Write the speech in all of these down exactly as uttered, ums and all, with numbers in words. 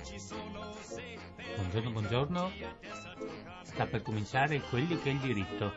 Buongiorno, buongiorno. Sta per cominciare Quelli che è il diritto.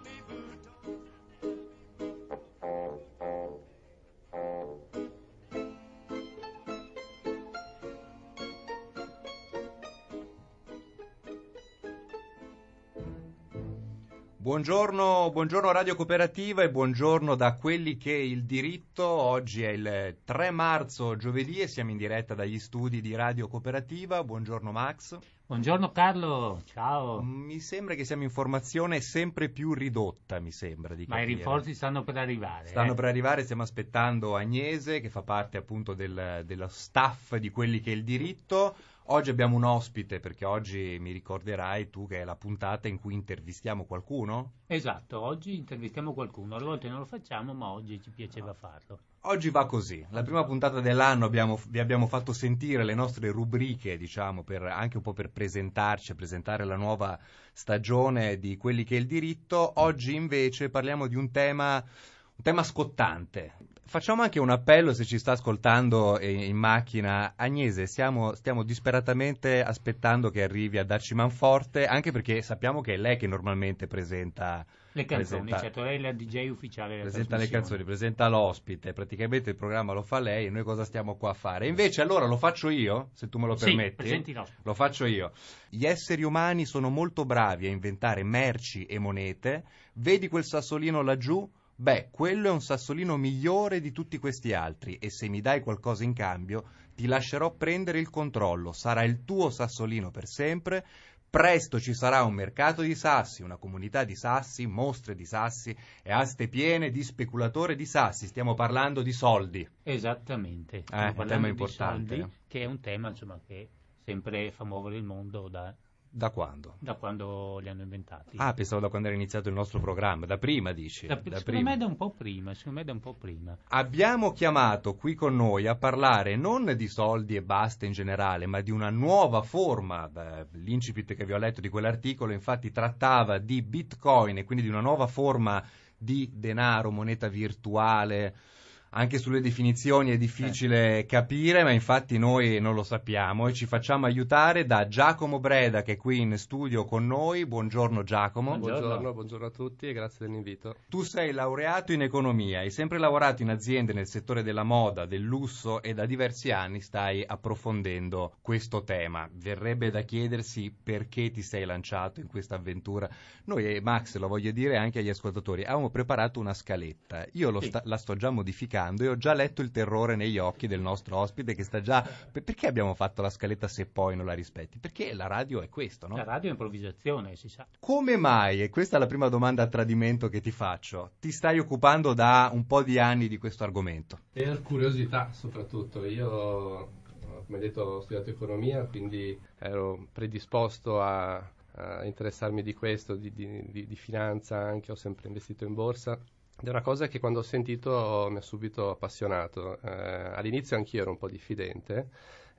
Buongiorno, buongiorno Radio Cooperativa e buongiorno da Quelli che è il diritto. Oggi è il tre marzo, giovedì, e siamo in diretta dagli studi di Radio Cooperativa. Buongiorno Max. Buongiorno Carlo, ciao. Mi sembra che siamo in formazione sempre più ridotta, mi sembra di capire. Ma i rinforzi stanno per arrivare. Stanno eh? per arrivare, stiamo aspettando Agnese, che fa parte appunto del, dello staff di Quelli che è il diritto. Oggi abbiamo un ospite, perché oggi mi ricorderai tu che è la puntata in cui intervistiamo qualcuno? Esatto, oggi intervistiamo qualcuno, a volte non lo facciamo, ma oggi ci piaceva farlo. Oggi va così, la prima puntata dell'anno abbiamo, vi abbiamo fatto sentire le nostre rubriche, diciamo, per, anche un po' per presentarci, presentare la nuova stagione di Quelli che è il diritto. Oggi invece parliamo di un tema, un tema scottante. Facciamo anche un appello, se ci sta ascoltando in macchina. Agnese, stiamo, stiamo disperatamente aspettando che arrivi a darci manforte, anche perché sappiamo che è lei che normalmente presenta le canzoni, presenta, certo, lei è la D J ufficiale della presenta le trasmissione. canzoni, presenta l'ospite, praticamente il programma lo fa lei e noi cosa stiamo qua a fare? Invece allora lo faccio io, se tu me lo Sì, permetti. presenti l'ospite. Lo faccio io. Gli esseri umani sono molto bravi a inventare merci e monete. Vedi quel sassolino laggiù? Beh, quello è un sassolino migliore di tutti questi altri e se mi dai qualcosa in cambio ti lascerò prendere il controllo, sarà il tuo sassolino per sempre. Presto ci sarà un mercato di sassi, una comunità di sassi, mostre di sassi e aste piene di speculatori di sassi. Stiamo parlando di soldi. Esattamente, Eh, stiamo è un parlando tema di importante. soldi, che è un tema insomma che sempre fa muovere il mondo da, Da quando? da quando li hanno inventati. Ah, pensavo da quando era iniziato il nostro programma, da prima dici? Da, da secondo prima. me da un po' prima, secondo me da un po' prima. Abbiamo chiamato qui con noi a parlare non di soldi e basta in generale, ma di una nuova forma. L'incipit che vi ho letto di quell'articolo infatti trattava di Bitcoin e quindi di una nuova forma di denaro, moneta virtuale. Anche sulle definizioni è difficile eh. capire, ma infatti noi non lo sappiamo e ci facciamo aiutare da Giacomo Breda, che è qui in studio con noi. Buongiorno Giacomo. Buongiorno, buongiorno, buongiorno a tutti e grazie dell'invito. Tu sei laureato in economia, hai sempre lavorato in aziende nel settore della moda, del lusso e da diversi anni stai approfondendo questo tema. Verrebbe da chiedersi perché ti sei lanciato in questa avventura. Noi, Max, lo voglio dire anche agli ascoltatori, avevamo preparato una scaletta. Io lo Sì. sta, la sto già modificando e ho già letto il terrore negli occhi del nostro ospite che sta già... Perché abbiamo fatto la scaletta se poi non la rispetti? Perché la radio è questo, no? La radio è improvvisazione, si sa. Come mai, e questa è la prima domanda a tradimento che ti faccio, ti stai occupando da un po' di anni di questo argomento? Per curiosità soprattutto, io come detto ho studiato economia, quindi ero predisposto a, a interessarmi di questo, di, di, di, di finanza anche, ho sempre investito in borsa. Ed è una cosa che quando ho sentito mi ha subito appassionato. Eh, all'inizio anch'io ero un po' diffidente,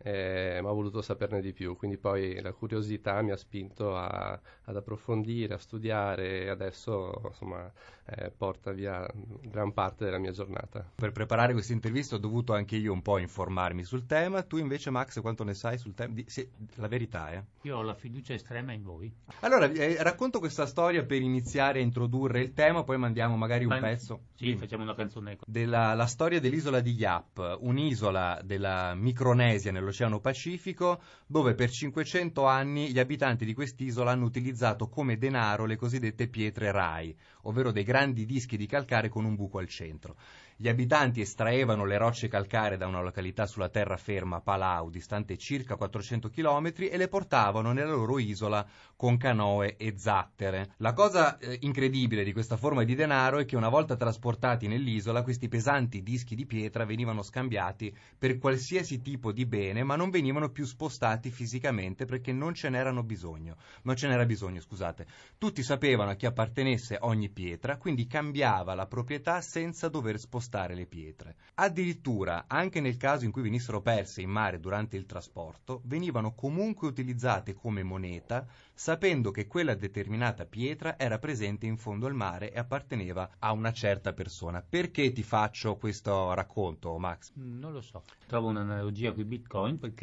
eh, ma ho voluto saperne di più, quindi poi la curiosità mi ha spinto a, ad approfondire, a studiare e adesso insomma eh, porta via gran parte della mia giornata. Per preparare questa intervista ho dovuto anche io un po' informarmi sul tema. Tu invece, Max, quanto ne sai sul tema? Di, sì, la verità, eh? Io ho la fiducia estrema in voi. Allora, eh, racconto questa storia per iniziare a introdurre il tema, poi mandiamo magari un Ma, pezzo. Sì, facciamo una canzone. Della la storia dell'isola di Yap, un'isola della Micronesia nell'Oceano Pacifico, dove per cinquecento anni gli abitanti di quest'isola hanno utilizzato come denaro le cosiddette pietre rai, ovvero dei grandi dischi di calcare con un buco al centro. Gli abitanti estraevano le rocce calcaree da una località sulla terraferma Palau, distante circa quattrocento chilometri, e le portavano nella loro isola con canoe e zattere. La cosa eh, incredibile di questa forma di denaro è che una volta trasportati nell'isola, questi pesanti dischi di pietra venivano scambiati per qualsiasi tipo di bene, ma non venivano più spostati fisicamente perché non ce n'erano bisogno. Non ce n'era bisogno, scusate. Tutti sapevano a chi appartenesse ogni pietra, quindi cambiava la proprietà senza dover spostare le pietre. Addirittura, anche nel caso in cui venissero perse in mare durante il trasporto, venivano comunque utilizzate come moneta, sapendo che quella determinata pietra era presente in fondo al mare e apparteneva a una certa persona. Perché ti faccio questo racconto, Max? Non lo so. Trovo un'analogia con i Bitcoin perché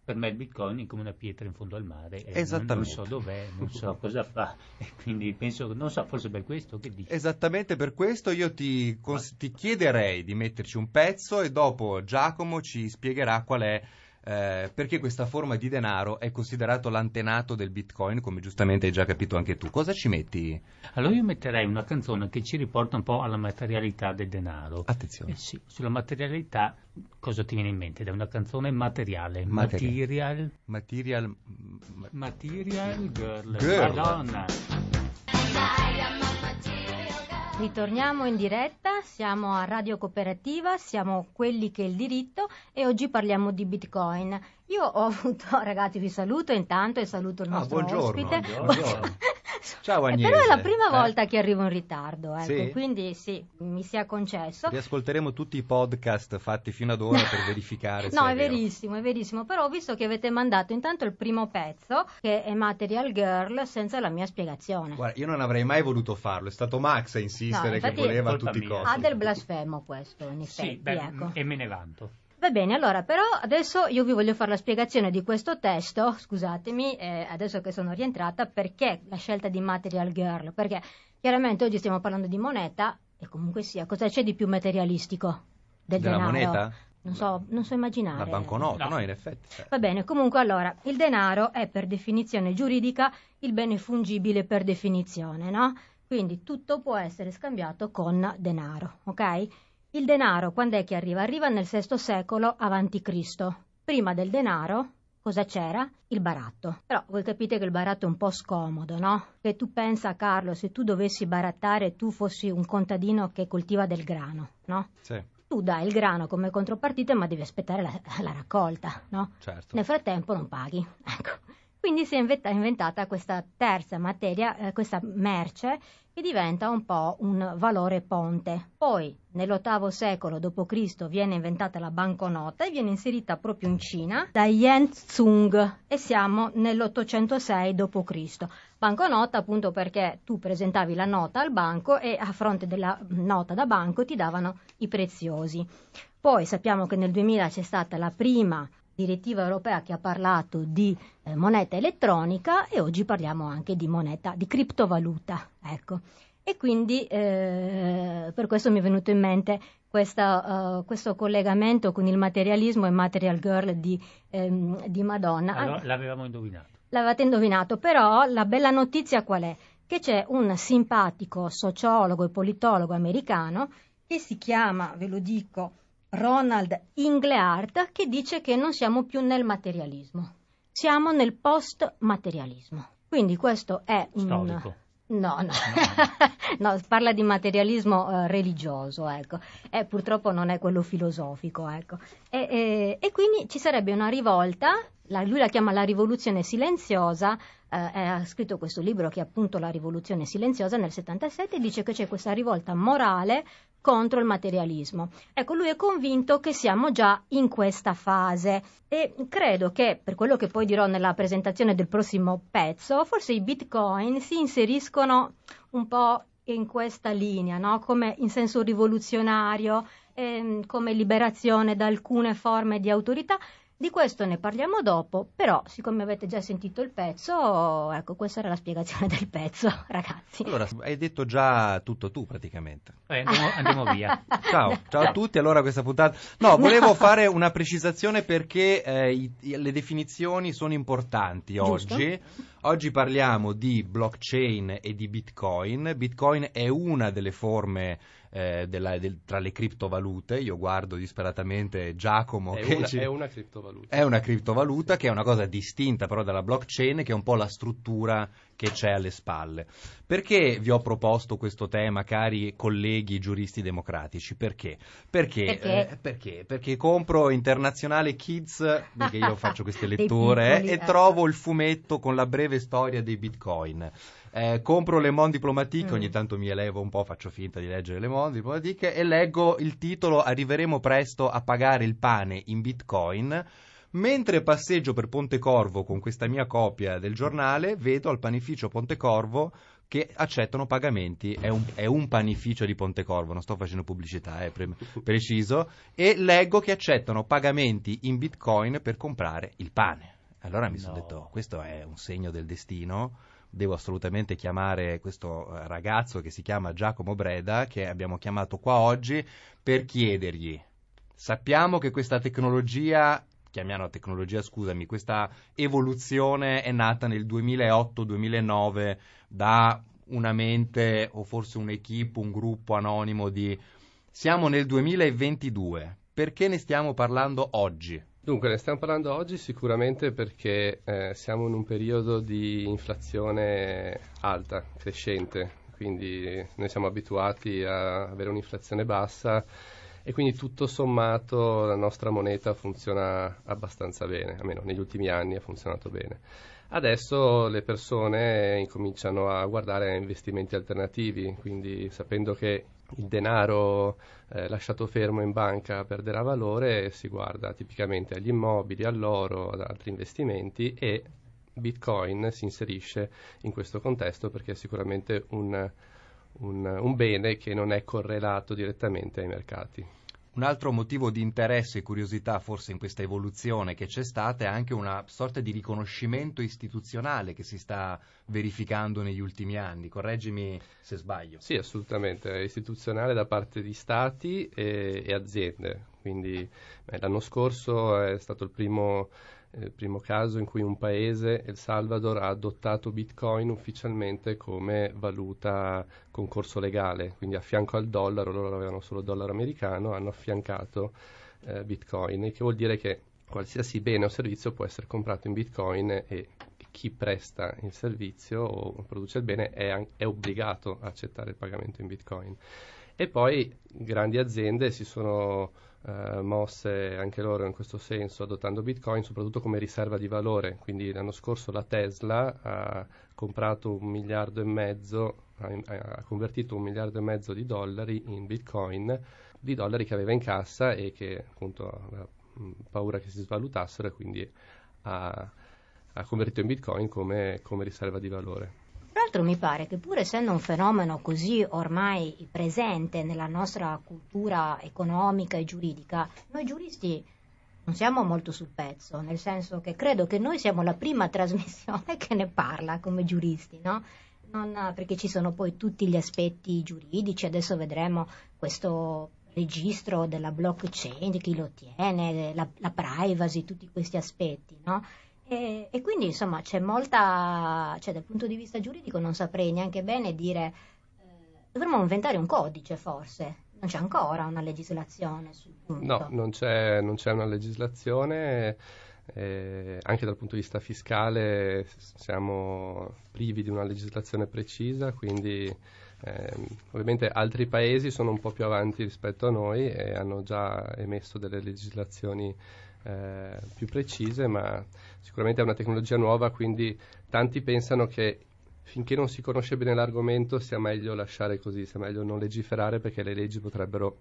Per me il Bitcoin è come una pietra in fondo al mare, e Esattamente. non so dov'è, non so cosa fa, e quindi penso, non so, forse per questo, che dici? Esattamente per questo io ti, cons- ti chiederei di metterci un pezzo e dopo Giacomo ci spiegherà qual è, eh, perché questa forma di denaro è considerato l'antenato del Bitcoin, come giustamente hai già capito anche tu. Cosa ci metti? Allora io metterei una canzone che ci riporta un po' alla materialità del denaro. Attenzione. Eh sì, sulla materialità cosa ti viene in mente? Da una canzone materiale, Material. material, Material... material girl, Girl. Madonna. Ritorniamo in diretta, siamo a Radio Cooperativa, siamo quelli che il diritto e oggi parliamo di Bitcoin. Io ho avuto, ragazzi, vi saluto intanto e saluto il Ah, nostro buongiorno. ospite. Buongiorno. Ciao Eh, Agnese. Però è la prima Eh? volta che arrivo in ritardo, ecco, Sì? quindi sì, mi sia concesso. Riascolteremo tutti i podcast fatti fino ad ora per verificare se No, è è vero. verissimo, è verissimo, però ho visto che avete mandato intanto il primo pezzo, che è Material Girl, senza la mia spiegazione. Guarda, io non avrei mai voluto farlo, è stato Max a insistere No, infatti- che voleva a Colpa tutti i mia. costi. Ha del blasfemo questo, in effetti, Sì, beh, ecco. e me ne vanto. Va bene, allora, però adesso io vi voglio fare la spiegazione di questo testo, scusatemi, eh, adesso che sono rientrata, perché la scelta di Material Girl? Perché chiaramente oggi stiamo parlando di moneta e comunque sia, cosa c'è di più materialistico del Della denaro? moneta? Non so, non so immaginare. La banconota, No. no, in effetti. cioè. Va bene, comunque allora, il denaro è per definizione giuridica il bene fungibile per definizione, no? Quindi tutto può essere scambiato con denaro, ok? Il denaro quando è che arriva? Arriva nel sesto secolo avanti Cristo. Prima del denaro cosa c'era? Il baratto. Però voi capite che il baratto è un po' scomodo, no? Che tu pensa, Carlo, se tu dovessi barattare tu fossi un contadino che coltiva del grano, no? Sì, Tu dai il grano come contropartita ma devi aspettare la, la raccolta, no? certo. Nel frattempo non paghi. Ecco. Quindi si è inventa- inventata questa terza materia, eh, questa merce, che diventa un po' un valore ponte. Poi, nell'ottavo secolo dopo Cristo viene inventata la banconota e viene inserita proprio in Cina da Yan Zhong e siamo nell'ottocentosei dopo Cristo. Banconota appunto perché tu presentavi la nota al banco e a fronte della nota da banco ti davano i preziosi. Poi sappiamo che nel duemila c'è stata la prima direttiva europea che ha parlato di eh, moneta elettronica e oggi parliamo anche di moneta, di criptovaluta, ecco. E quindi eh, per questo mi è venuto in mente questa, uh, questo collegamento con il materialismo e Material Girl di, ehm, di Madonna. Allora, Ah, l'avevamo indovinato. l'avete indovinato, però la bella notizia qual è? Che c'è un simpatico sociologo e politologo americano che si chiama, ve lo dico, Ronald Inglehart, che dice che non siamo più nel materialismo, siamo nel post-materialismo. Quindi questo è un... Storico. No, no, no, parla di materialismo eh, religioso, ecco, e purtroppo non è quello filosofico, ecco. E, e, e quindi ci sarebbe una rivolta, la, lui la chiama la rivoluzione silenziosa, eh, ha scritto questo libro che è appunto la rivoluzione silenziosa nel settantasette e dice che c'è questa rivolta morale contro il materialismo. Ecco, lui è convinto che siamo già in questa fase e credo che, per quello che poi dirò nella presentazione del prossimo pezzo, forse i bitcoin si inseriscono un po' in questa linea, no? Come in senso rivoluzionario, ehm, come liberazione da alcune forme di autorità. Di questo ne parliamo dopo, però siccome avete già sentito il pezzo, ecco, questa era la spiegazione del pezzo, ragazzi. Allora, hai detto già tutto tu praticamente. Eh, andiamo, andiamo via. Ciao, ciao a tutti, allora questa puntata... No, volevo No. fare una precisazione perché eh, i- i- le definizioni sono importanti Giusto. oggi. Oggi parliamo di blockchain e di Bitcoin. Bitcoin è una delle forme eh, della- del- tra le criptovalute. Io guardo disperatamente Giacomo È che una, ci- è una criptovaluta. è una criptovaluta che è una cosa distinta però dalla blockchain, che è un po' la struttura che c'è alle spalle. Perché vi ho proposto questo tema, cari colleghi giuristi democratici? Perché? Perché? Perché? eh, perché? Perché compro Internazionale Kids, perché io faccio queste Dei letture, piccoli, e ecco. trovo il fumetto con la breve storia dei bitcoin. Eh, compro Le Monde Diplomatique, Mm. ogni tanto mi elevo un po', faccio finta di leggere Le Monde Diplomatique e leggo il titolo "Arriveremo presto a pagare il pane in bitcoin". Mentre passeggio per Pontecorvo con questa mia copia del giornale, vedo al panificio Pontecorvo che accettano pagamenti, è un, è un panificio di Pontecorvo, non sto facendo pubblicità, è pre- preciso, e leggo che accettano pagamenti in bitcoin per comprare il pane. Allora mi sono No. detto, questo è un segno del destino, devo assolutamente chiamare questo ragazzo che si chiama Giacomo Breda, che abbiamo chiamato qua oggi, per chiedergli, sappiamo che questa tecnologia, chiamiamola tecnologia, scusami, questa evoluzione è nata nel duemilaotto duemilanove da una mente o forse un'equipe, un gruppo anonimo di... Siamo nel duemilaventidue, perché ne stiamo parlando oggi? Dunque, ne stiamo parlando oggi sicuramente perché eh, siamo in un periodo di inflazione alta, crescente, quindi noi siamo abituati a avere un'inflazione bassa e quindi tutto sommato la nostra moneta funziona abbastanza bene, almeno negli ultimi anni ha funzionato bene. Adesso le persone incominciano a guardare a investimenti alternativi, quindi sapendo che il denaro eh, lasciato fermo in banca perderà valore, si guarda tipicamente agli immobili, all'oro, ad altri investimenti e Bitcoin si inserisce in questo contesto perché è sicuramente un, un, un bene che non è correlato direttamente ai mercati. Un altro motivo di interesse e curiosità forse in questa evoluzione che c'è stata è anche una sorta di riconoscimento istituzionale che si sta verificando negli ultimi anni. Correggimi se sbaglio. Sì, assolutamente, è istituzionale da parte di stati e, e aziende. Quindi eh, l'anno scorso è stato il primo, eh, il primo caso in cui un paese, El Salvador, ha adottato Bitcoin ufficialmente come valuta con corso legale, quindi a fianco al dollaro, loro avevano solo il dollaro americano, hanno affiancato eh, Bitcoin, il che vuol dire che qualsiasi bene o servizio può essere comprato in Bitcoin e chi presta il servizio o produce il bene è, an- è obbligato a accettare il pagamento in Bitcoin. E poi grandi aziende si sono eh, mosse anche loro in questo senso, adottando Bitcoin soprattutto come riserva di valore. Quindi l'anno scorso la Tesla ha comprato un miliardo e mezzo, ha, ha convertito un miliardo e mezzo di dollari in Bitcoin, di dollari che aveva in cassa e che appunto aveva paura che si svalutassero e quindi ha, ha convertito in Bitcoin come, come riserva di valore. Tra l'altro mi pare che pur essendo un fenomeno così ormai presente nella nostra cultura economica e giuridica, noi giuristi non siamo molto sul pezzo, nel senso che credo che noi siamo la prima trasmissione che ne parla come giuristi, no? Non, perché ci sono poi tutti gli aspetti giuridici, adesso vedremo questo registro della blockchain, di chi lo tiene, la, la privacy, tutti questi aspetti, no? E, e quindi insomma c'è molta, cioè dal punto di vista giuridico non saprei neanche bene dire, eh, dovremmo inventare un codice forse, non c'è ancora una legislazione sul punto. No, non c'è, non c'è una legislazione, eh, anche dal punto di vista fiscale siamo privi di una legislazione precisa, quindi eh, ovviamente altri paesi sono un po' più avanti rispetto a noi e hanno già emesso delle legislazioni Eh, più precise, ma sicuramente è una tecnologia nuova, quindi tanti pensano che finché non si conosce bene l'argomento sia meglio lasciare così, sia meglio non legiferare perché le leggi potrebbero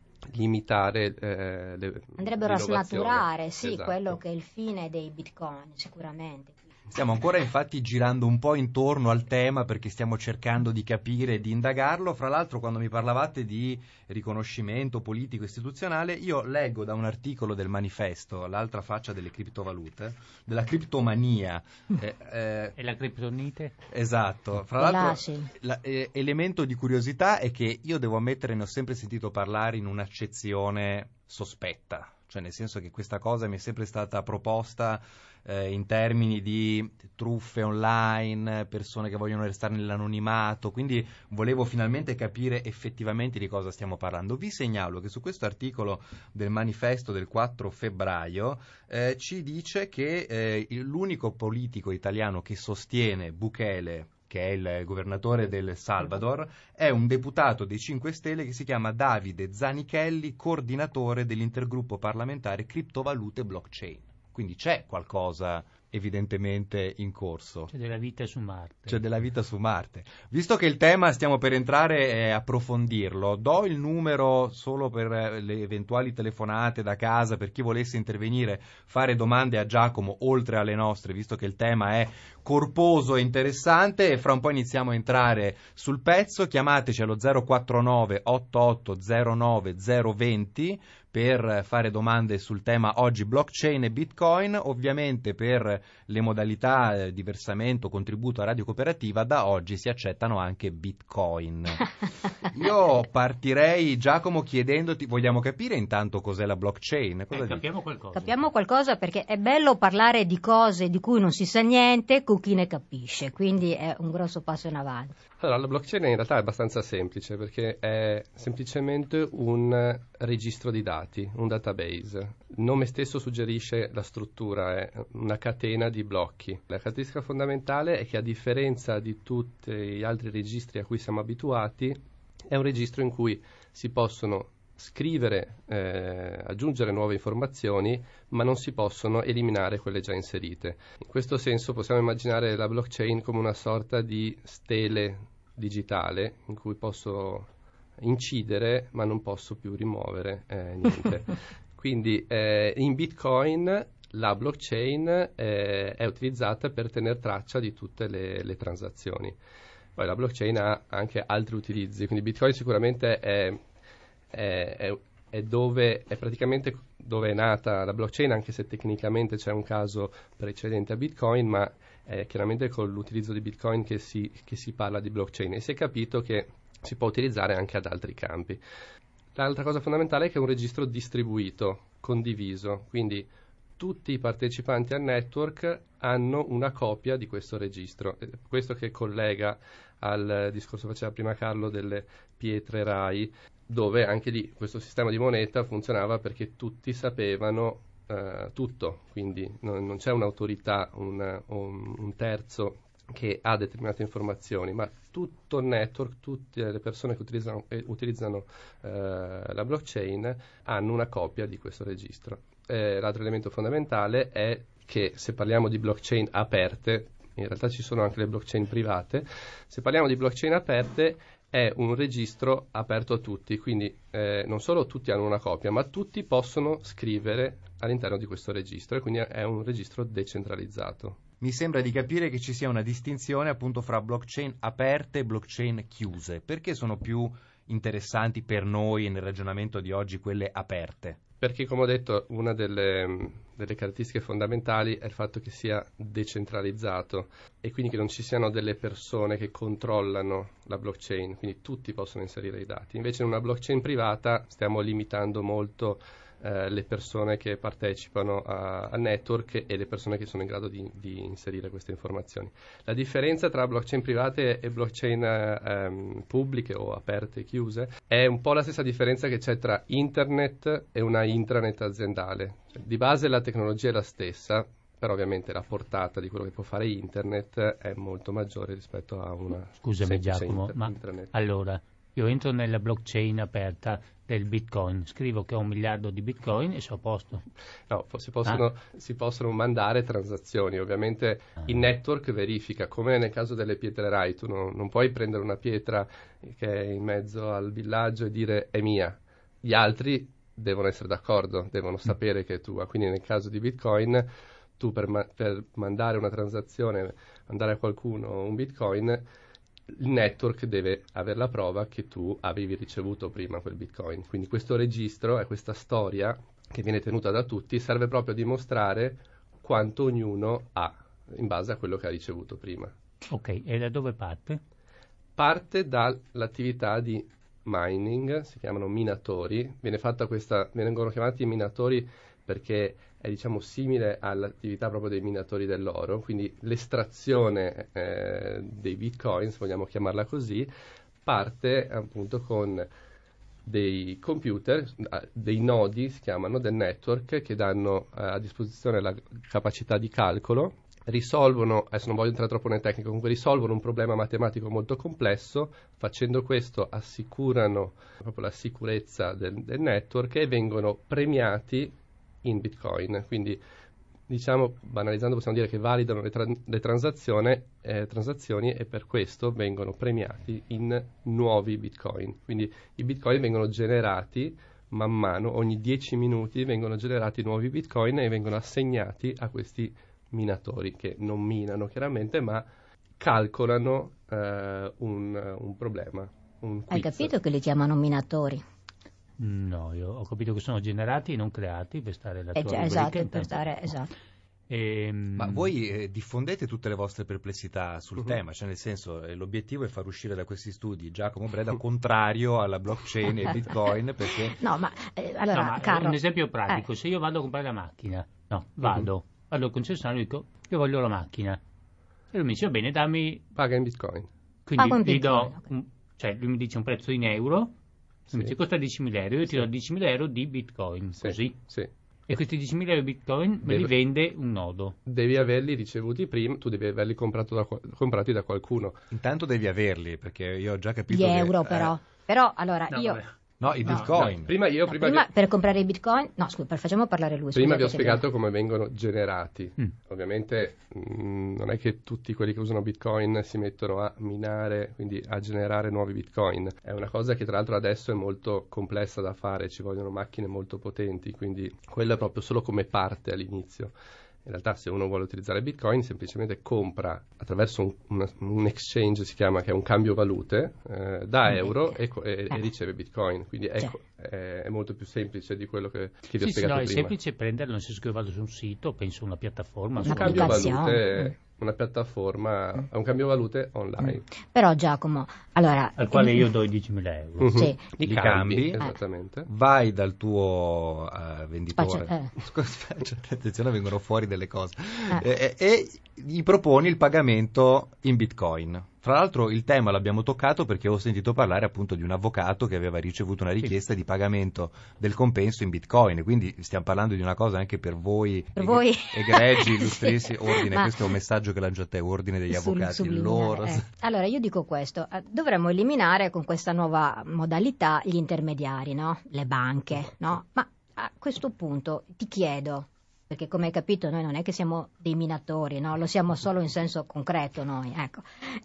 limitare eh, le, andrebbero a snaturare, sì, esatto. quello che è il fine dei bitcoin, sicuramente. Stiamo ancora infatti girando un po' intorno al tema perché stiamo cercando di capire e di indagarlo. Fra l'altro quando mi parlavate di riconoscimento politico istituzionale, io leggo da un articolo del Manifesto, l'altra faccia delle criptovalute, della criptomania. Eh, eh, E la criptonite? esatto. Fra l'altro la, eh, elemento di curiosità è che io devo ammettere ne ho sempre sentito parlare in un'accezione sospetta. Cioè nel senso che questa cosa mi è sempre stata proposta eh, in termini di truffe online, persone che vogliono restare nell'anonimato, quindi volevo finalmente capire effettivamente di cosa stiamo parlando. Vi segnalo che su questo articolo del Manifesto del quattro febbraio eh, ci dice che eh, l'unico politico italiano che sostiene Bukele, che è il governatore del Salvador, è un deputato dei cinque Stelle che si chiama Davide Zanichelli, coordinatore dell'intergruppo parlamentare criptovalute e blockchain. Quindi c'è qualcosa evidentemente in corso. C'è della vita su Marte. C'è della vita su Marte. Visto che il tema stiamo per entrare e approfondirlo, do il numero solo per le eventuali telefonate da casa, per chi volesse intervenire, fare domande a Giacomo oltre alle nostre, visto che il tema è corposo e interessante, e fra un po' iniziamo a entrare sul pezzo. Chiamateci allo zero quattro nove otto otto zero nove zero due zero per fare domande sul tema oggi blockchain e bitcoin. Ovviamente per le modalità eh, di versamento, contributo a Radio Cooperativa, da oggi si accettano anche bitcoin. Io partirei, Giacomo, chiedendoti, vogliamo capire intanto cos'è la blockchain? Cosa eh, capiamo qualcosa. Capiamo qualcosa, perché è bello parlare di cose di cui non si sa niente con chi ne capisce, quindi è un grosso passo in avanti. Allora, la blockchain in realtà è abbastanza semplice, perché è semplicemente un registro di dati, un database. Il nome stesso suggerisce la struttura, è una catena di blocchi. La caratteristica fondamentale è che, a differenza di tutti gli altri registri a cui siamo abituati, è un registro in cui si possono scrivere, eh, aggiungere nuove informazioni, ma non si possono eliminare quelle già inserite. In questo senso possiamo immaginare la blockchain come una sorta di stele digitale in cui posso incidere ma non posso più rimuovere eh, niente. Quindi eh, in Bitcoin la blockchain eh, è utilizzata per tenere traccia di tutte le, le transazioni. Poi la blockchain ha anche altri utilizzi, quindi Bitcoin sicuramente è, è, è, è dove è praticamente dove è nata la blockchain, anche se tecnicamente c'è un caso precedente a Bitcoin, ma è chiaramente con l'utilizzo di Bitcoin che si, che si parla di blockchain, e si è capito che si può utilizzare anche ad altri campi. L'altra cosa fondamentale è che è un registro distribuito, condiviso, quindi tutti i partecipanti al network hanno una copia di questo registro. Questo che collega al discorso che faceva prima Carlo delle pietre RAI, dove anche lì questo sistema di moneta funzionava perché tutti sapevano Uh, tutto, quindi non, non c'è un'autorità, un, un, un terzo che ha determinate informazioni, ma tutto il network, tutte le persone che utilizzano, eh, utilizzano uh, la blockchain hanno una copia di questo registro. Eh, l'altro elemento fondamentale è che, se parliamo di blockchain aperte, in realtà ci sono anche le blockchain private, se parliamo di blockchain aperte è un registro aperto a tutti, quindi eh, non solo tutti hanno una copia, ma tutti possono scrivere all'interno di questo registro, e quindi è un registro decentralizzato. Mi sembra di capire che ci sia una distinzione appunto fra blockchain aperte e blockchain chiuse. Perché sono più interessanti per noi nel ragionamento di oggi quelle aperte? Perché, come ho detto, una delle, delle caratteristiche fondamentali è il fatto che sia decentralizzato, e quindi che non ci siano delle persone che controllano la blockchain, quindi tutti possono inserire i dati. Invece in una blockchain privata stiamo limitando molto eh, le persone che partecipano a, al network e le persone che sono in grado di, di inserire queste informazioni. La differenza tra blockchain private e blockchain eh, pubbliche o aperte e chiuse è un po' la stessa differenza che c'è tra internet e una intranet aziendale. Cioè, di base la tecnologia è la stessa, però ovviamente la portata di quello che può fare internet è molto maggiore rispetto a una Scusami semplice Giacomo, inter- ma intranet. allora io entro nella blockchain aperta del bitcoin, scrivo che ho un miliardo di bitcoin e sono a posto. No, si possono, ah. si possono mandare transazioni, ovviamente ah. il network verifica, come nel caso delle pietre RAI, tu non, non puoi prendere una pietra che è in mezzo al villaggio e dire è mia, gli altri devono essere d'accordo, devono sapere che è tua, quindi nel caso di bitcoin tu per, ma- per mandare una transazione, mandare a qualcuno un bitcoin, il network deve avere la prova che tu avevi ricevuto prima quel bitcoin. Quindi questo registro e questa storia che viene tenuta da tutti serve proprio a dimostrare quanto ognuno ha in base a quello che ha ricevuto prima. Ok, e da dove parte? Parte dall'attività di mining, si chiamano minatori, viene fatta questa, vengono chiamati minatori perché è, diciamo, simile all'attività proprio dei minatori dell'oro, quindi l'estrazione eh, dei bitcoin, se vogliamo chiamarla così, parte appunto con dei computer, dei nodi si chiamano, del network, che danno eh, a disposizione la capacità di calcolo, risolvono, adesso non voglio entrare troppo nel tecnico, comunque risolvono un problema matematico molto complesso, facendo questo assicurano proprio la sicurezza del, del network e vengono premiati in bitcoin. Quindi diciamo, banalizzando possiamo dire che validano le, tra- le transazioni, eh, transazioni e per questo vengono premiati in nuovi bitcoin. Quindi i bitcoin vengono generati man mano, ogni dieci minuti vengono generati nuovi bitcoin e vengono assegnati a questi minatori che non minano chiaramente, ma calcolano eh, un, un problema. Un Hai quiz. capito che li chiamano minatori? No, io ho capito che sono generati e non creati per stare la Eh, tua già, rubrica, esatto, per intanto. stare, esatto. Ehm, Ma voi eh, diffondete tutte le vostre perplessità sul Mhm. tema, cioè nel senso eh, l'obiettivo è far uscire da questi studi Giacomo Breda contrario alla blockchain e Bitcoin perché No, ma eh, no, allora, ma Carlo, un esempio pratico, eh, se io vado a comprare la macchina, no, vado, vado al concessionario e dico, io voglio la macchina, e lui mi dice, va bene, dammi, Paga in bitcoin. quindi Pago in gli do, Bitcoin, ok. un- cioè lui mi dice un prezzo in euro, Sì. mi dice costa diecimila euro, io ti Sì. do diecimila euro di Bitcoin, Sì, così, sì. e questi diecimila euro di Bitcoin me li Deve- vende un nodo. Devi averli ricevuti prima, tu devi averli comprato da, qual- comprati da qualcuno. intanto devi averli perché io ho già capito gli che euro eh, però. Però, allora, No, io... vabbè. no, i No, Bitcoin. No, prima io no, prima, prima vi, per comprare i bitcoin... No, scusa, facciamo parlare lui. prima vi ho scusate che- spiegato come vengono generati. Mm. Ovviamente mh, non è che tutti quelli che usano bitcoin si mettono a minare, quindi a generare nuovi bitcoin. È una cosa che tra l'altro adesso è molto complessa da fare, ci vogliono macchine molto potenti, quindi quello è proprio solo come parte all'inizio. In realtà se uno vuole utilizzare Bitcoin semplicemente compra attraverso un, una- un exchange, si chiama, che è un cambio valute, eh, da Mm. euro e, co- e- e Eh. riceve Bitcoin. Quindi Cioè. ecco, è, è molto più semplice di quello che, che vi ho Sì, sì, spiegato no, è prima. semplice prenderlo, nel senso che io vado su un sito, penso una piattaforma, Una Un su- cambio applicazione. valute, Mm. una piattaforma, è un cambio valute online. Mm. Però Giacomo, allora... al quale eh, io do i diecimila euro. Mhm. Sì. I Li cambi, cambi. esattamente. Vai dal tuo eh, venditore. Spaccia- eh. Scusa, cioè, attenzione, vengono fuori delle cose. Eh. E, e gli proponi il pagamento in Bitcoin. Fra l'altro il tema l'abbiamo toccato perché ho sentito parlare appunto di un avvocato che aveva ricevuto una richiesta di pagamento del compenso in Bitcoin, quindi stiamo parlando di una cosa anche per voi, Per eg- voi. egregi, Sì. illustrissimi, ordine, Ma- questo è un messaggio che lancio a te, ordine degli sul- avvocati, subliminare, loro... eh. Allora io dico questo, eh, dovremmo eliminare con questa nuova modalità gli intermediari, no? Le banche, no? Ma a questo punto ti chiedo, perché come hai capito noi non è che siamo dei minatori, no? Lo siamo solo in senso concreto noi, ecco.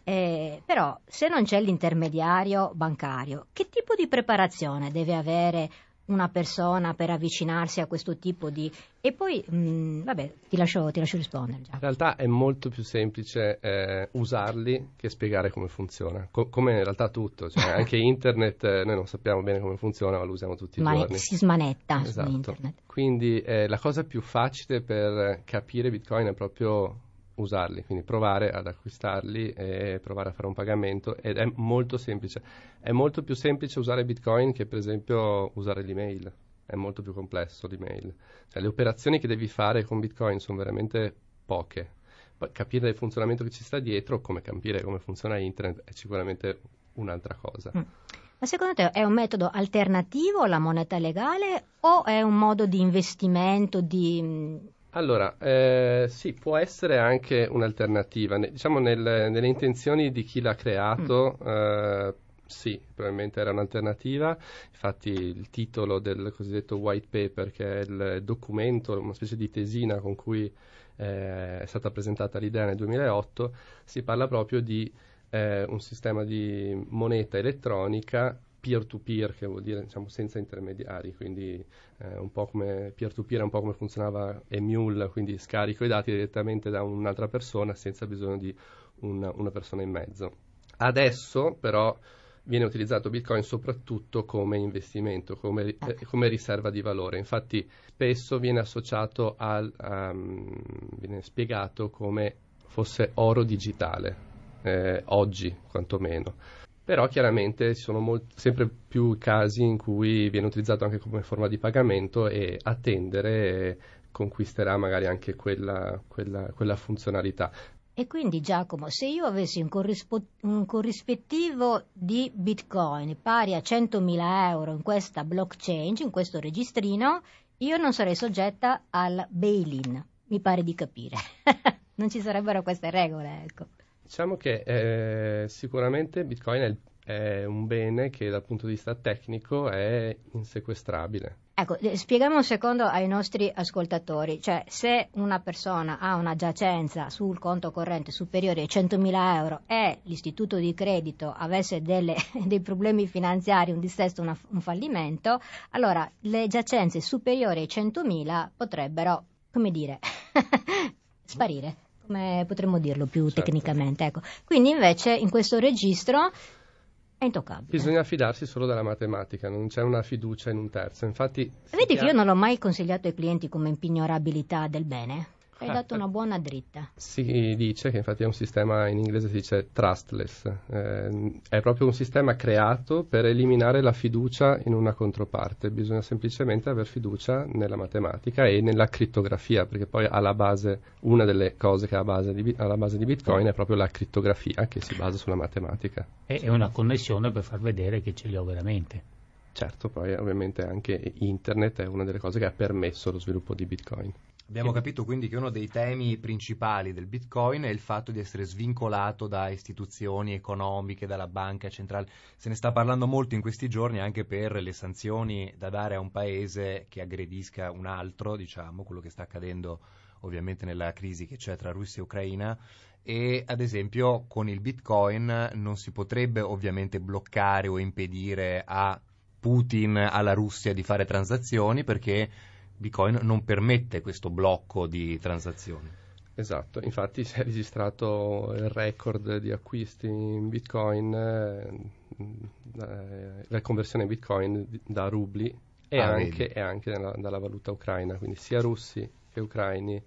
Eh, però se non c'è l'intermediario bancario, che tipo di preparazione deve avere una persona per avvicinarsi a questo tipo di... E poi, mh, vabbè, ti lascio, ti lascio rispondere già. In realtà è molto più semplice eh, usarli che spiegare come funziona, Co- come in realtà tutto, cioè anche internet eh, noi non sappiamo bene come funziona ma lo usiamo tutti i Mane- giorni. si smanetta su Esatto. internet. Quindi eh, la cosa più facile per capire Bitcoin è proprio usarli, quindi provare ad acquistarli e provare a fare un pagamento ed è molto semplice. È molto più semplice usare Bitcoin che per esempio usare l'email, è molto più complesso l'email. Cioè, le operazioni che devi fare con Bitcoin sono veramente poche. Poi capire il funzionamento che ci sta dietro, come capire come funziona internet, è sicuramente un'altra cosa. Mm. Ma secondo te è un metodo alternativo alla moneta legale o è un modo di investimento, di... Allora, eh, sì, può essere anche un'alternativa. Ne- diciamo nel- nelle intenzioni di chi l'ha creato, eh, sì, probabilmente era un'alternativa. Infatti il titolo del cosiddetto white paper, che è il documento, una specie di tesina con cui eh, è stata presentata l'idea nel duemilaotto, si parla proprio di eh, un sistema di moneta elettronica peer-to-peer, che vuol dire diciamo senza intermediari, quindi eh, un po' come peer-to-peer, è un po' come funzionava Emule, quindi scarico i dati direttamente da un'altra persona senza bisogno di una, una persona in mezzo. Adesso però viene utilizzato Bitcoin soprattutto come investimento, come, eh, come riserva di valore. Infatti spesso viene associato al, um, viene spiegato come fosse oro digitale, eh, oggi quantomeno. Però chiaramente ci sono molt- sempre più casi in cui viene utilizzato anche come forma di pagamento e a tendere conquisterà magari anche quella, quella, quella funzionalità. E quindi Giacomo, se io avessi un, corrispo- un corrispettivo di Bitcoin pari a centomila euro in questa blockchain, in questo registrino, io non sarei soggetta al bail-in, mi pare di capire. Non ci sarebbero queste regole, ecco. Diciamo che eh, sicuramente Bitcoin è il, è un bene che dal punto di vista tecnico è insequestrabile. Ecco, spieghiamo un secondo ai nostri ascoltatori, cioè se una persona ha una giacenza sul conto corrente superiore ai centomila euro e l'istituto di credito avesse delle, dei problemi finanziari, un dissesto, una, un fallimento, allora le giacenze superiori ai centomila potrebbero, come dire, sparire, come potremmo dirlo più certo. tecnicamente. Ecco. Quindi invece in questo registro è intoccabile. Bisogna fidarsi solo della matematica, non c'è una fiducia in un terzo. Infatti, vedi che io non l'ho mai consigliato ai clienti come impignorabilità del bene. Hai dato una buona dritta. Si dice che infatti è un sistema, in inglese si dice trustless, eh, è proprio un sistema creato per eliminare la fiducia in una controparte. Bisogna semplicemente aver fiducia nella matematica e nella crittografia, perché poi alla base, una delle cose che è alla base di, alla base di Bitcoin è proprio la crittografia, che si basa sulla matematica. E è una connessione per far vedere che ce li ho veramente. Certo, poi ovviamente anche internet è una delle cose che ha permesso lo sviluppo di Bitcoin. Abbiamo capito quindi che uno dei temi principali del Bitcoin è il fatto di essere svincolato da istituzioni economiche, dalla banca centrale. Se ne sta parlando molto in questi giorni anche per le sanzioni da dare a un paese che aggredisca un altro, diciamo, quello che sta accadendo ovviamente nella crisi che c'è tra Russia e Ucraina. E ad esempio con il Bitcoin non si potrebbe ovviamente bloccare o impedire a Putin, alla Russia di fare transazioni, perché Bitcoin non permette questo blocco di transazioni. Esatto, infatti si è registrato il record di acquisti in Bitcoin, eh, la conversione in Bitcoin da rubli e ah, anche, e anche dalla, dalla valuta ucraina, quindi sia russi che ucraini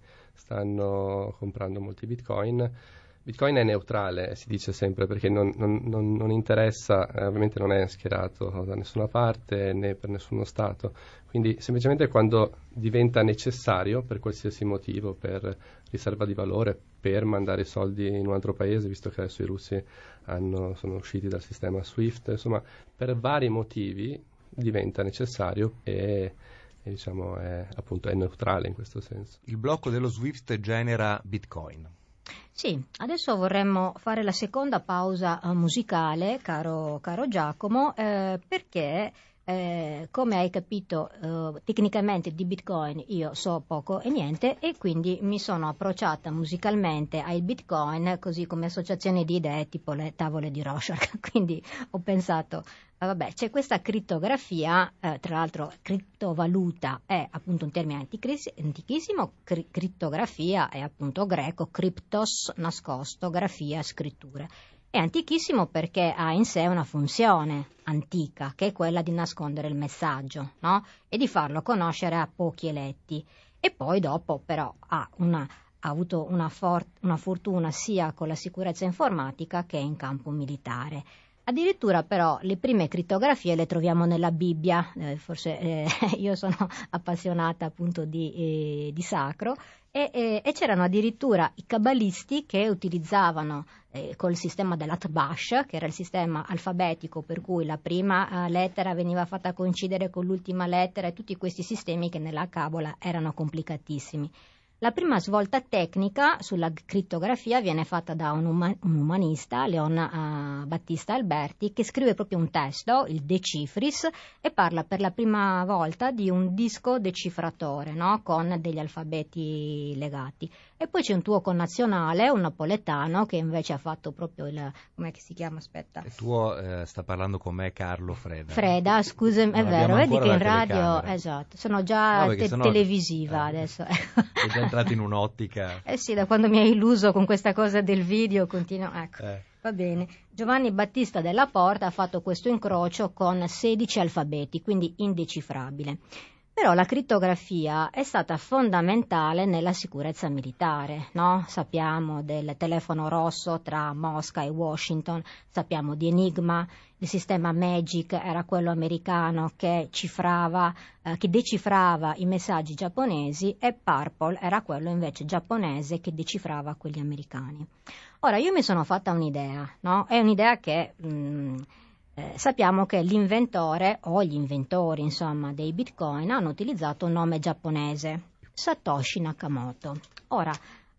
stanno comprando molti Bitcoin. Bitcoin è neutrale, si dice sempre, perché non, non, non, non interessa, eh, ovviamente non è schierato da nessuna parte né per nessuno Stato, quindi semplicemente quando diventa necessario per qualsiasi motivo, per riserva di valore, per mandare soldi in un altro paese, visto che adesso i russi hanno, sono usciti dal sistema SWIFT, insomma per vari motivi diventa necessario e, e diciamo è, appunto è neutrale in questo senso. Il blocco dello SWIFT genera Bitcoin. Sì, adesso vorremmo fare la seconda pausa uh, musicale, caro, caro Giacomo, eh, perché eh, come hai capito uh, tecnicamente di Bitcoin io so poco e niente e quindi mi sono approcciata musicalmente al Bitcoin così come associazione di idee tipo le tavole di Rorschach, quindi ho pensato eh, vabbè c'è questa crittografia, eh, tra l'altro criptovaluta è appunto un termine antichissimo, cri- crittografia è appunto greco, cryptos nascosto, grafia scrittura. È antichissimo perché ha in sé una funzione antica, che è quella di nascondere il messaggio, no? E di farlo conoscere a pochi eletti. E poi dopo però ha, una, ha avuto una, for- una fortuna sia con la sicurezza informatica che in campo militare. Addirittura però le prime crittografie le troviamo nella Bibbia, eh, forse eh, io sono appassionata appunto di, eh, di sacro, e, e, e c'erano addirittura i cabalisti che utilizzavano eh, col sistema dell'Atbash, che era il sistema alfabetico per cui la prima eh, lettera veniva fatta coincidere con l'ultima lettera e tutti questi sistemi che nella Cabola erano complicatissimi. La prima svolta tecnica sulla crittografia viene fatta da un, uma- un umanista, Leon uh, Battista Alberti, che scrive proprio un testo, il De Cifris, e parla per la prima volta di un disco decifratore, no? Con degli alfabeti legati. E poi c'è un tuo connazionale, un napoletano, che invece ha fatto proprio il... com'è che si chiama? Aspetta. Il tuo eh, sta parlando con me Carlo Freda. Freda, scusami, è Non vero, abbiamo vedi che in ancora la radio, telecamera. esatto, sono già No, te- sennò- televisiva eh, adesso. È già entrato in un'ottica. Eh sì, da quando mi hai illuso con questa cosa del video, continuo, ecco. Eh. Va bene. Giovanni Battista della Porta ha fatto questo incrocio con sedici alfabeti, quindi indecifrabile. Però la crittografia è stata fondamentale nella sicurezza militare, no? Sappiamo del telefono rosso tra Mosca e Washington, sappiamo di Enigma, il sistema Magic era quello americano che cifrava, eh, che decifrava i messaggi giapponesi e Purple era quello invece giapponese che decifrava quelli americani. Ora io mi sono fatta un'idea, no? È un'idea che... Mh, Eh, sappiamo che l'inventore o gli inventori insomma dei bitcoin hanno utilizzato un nome giapponese, Satoshi Nakamoto. Ora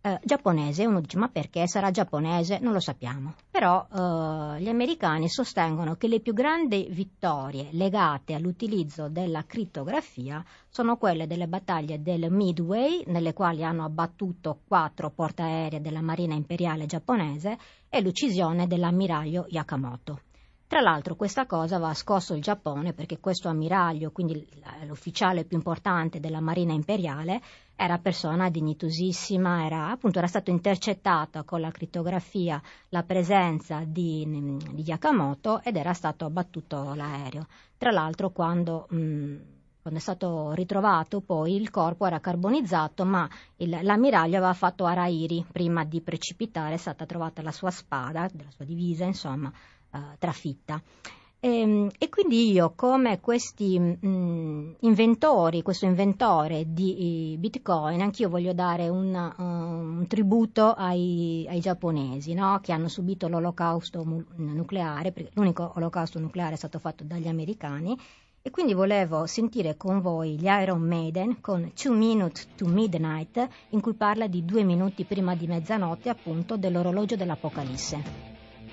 eh, giapponese. Uno dice: ma perché sarà giapponese? Non lo sappiamo. Però eh, gli americani sostengono che le più grandi vittorie legate all'utilizzo della crittografia sono quelle delle battaglie del Midway, nelle quali hanno abbattuto quattro portaerei della Marina Imperiale giapponese, e l'uccisione dell'ammiraglio Yamamoto. Tra l'altro questa cosa va scosso il Giappone, perché questo ammiraglio, quindi l'ufficiale più importante della Marina Imperiale, era persona dignitosissima, era appunto era stato intercettato con la crittografia la presenza di, di Yamamoto ed era stato abbattuto l'aereo. Tra l'altro quando, mh, quando è stato ritrovato poi il corpo era carbonizzato, ma il, l'ammiraglio aveva fatto Harairi prima di precipitare, è stata trovata la sua spada, della sua divisa, insomma, Uh, trafitta. E, e quindi io, come questi mh, inventori, questo inventore di Bitcoin, anch'io voglio dare un, uh, un tributo ai, ai giapponesi, no? Che hanno subito l'olocausto mu- nucleare, perché l'unico olocausto nucleare è stato fatto dagli americani, e quindi volevo sentire con voi gli Iron Maiden con Two Minutes to Midnight, in cui parla di due minuti prima di mezzanotte, appunto, dell'orologio dell'Apocalisse.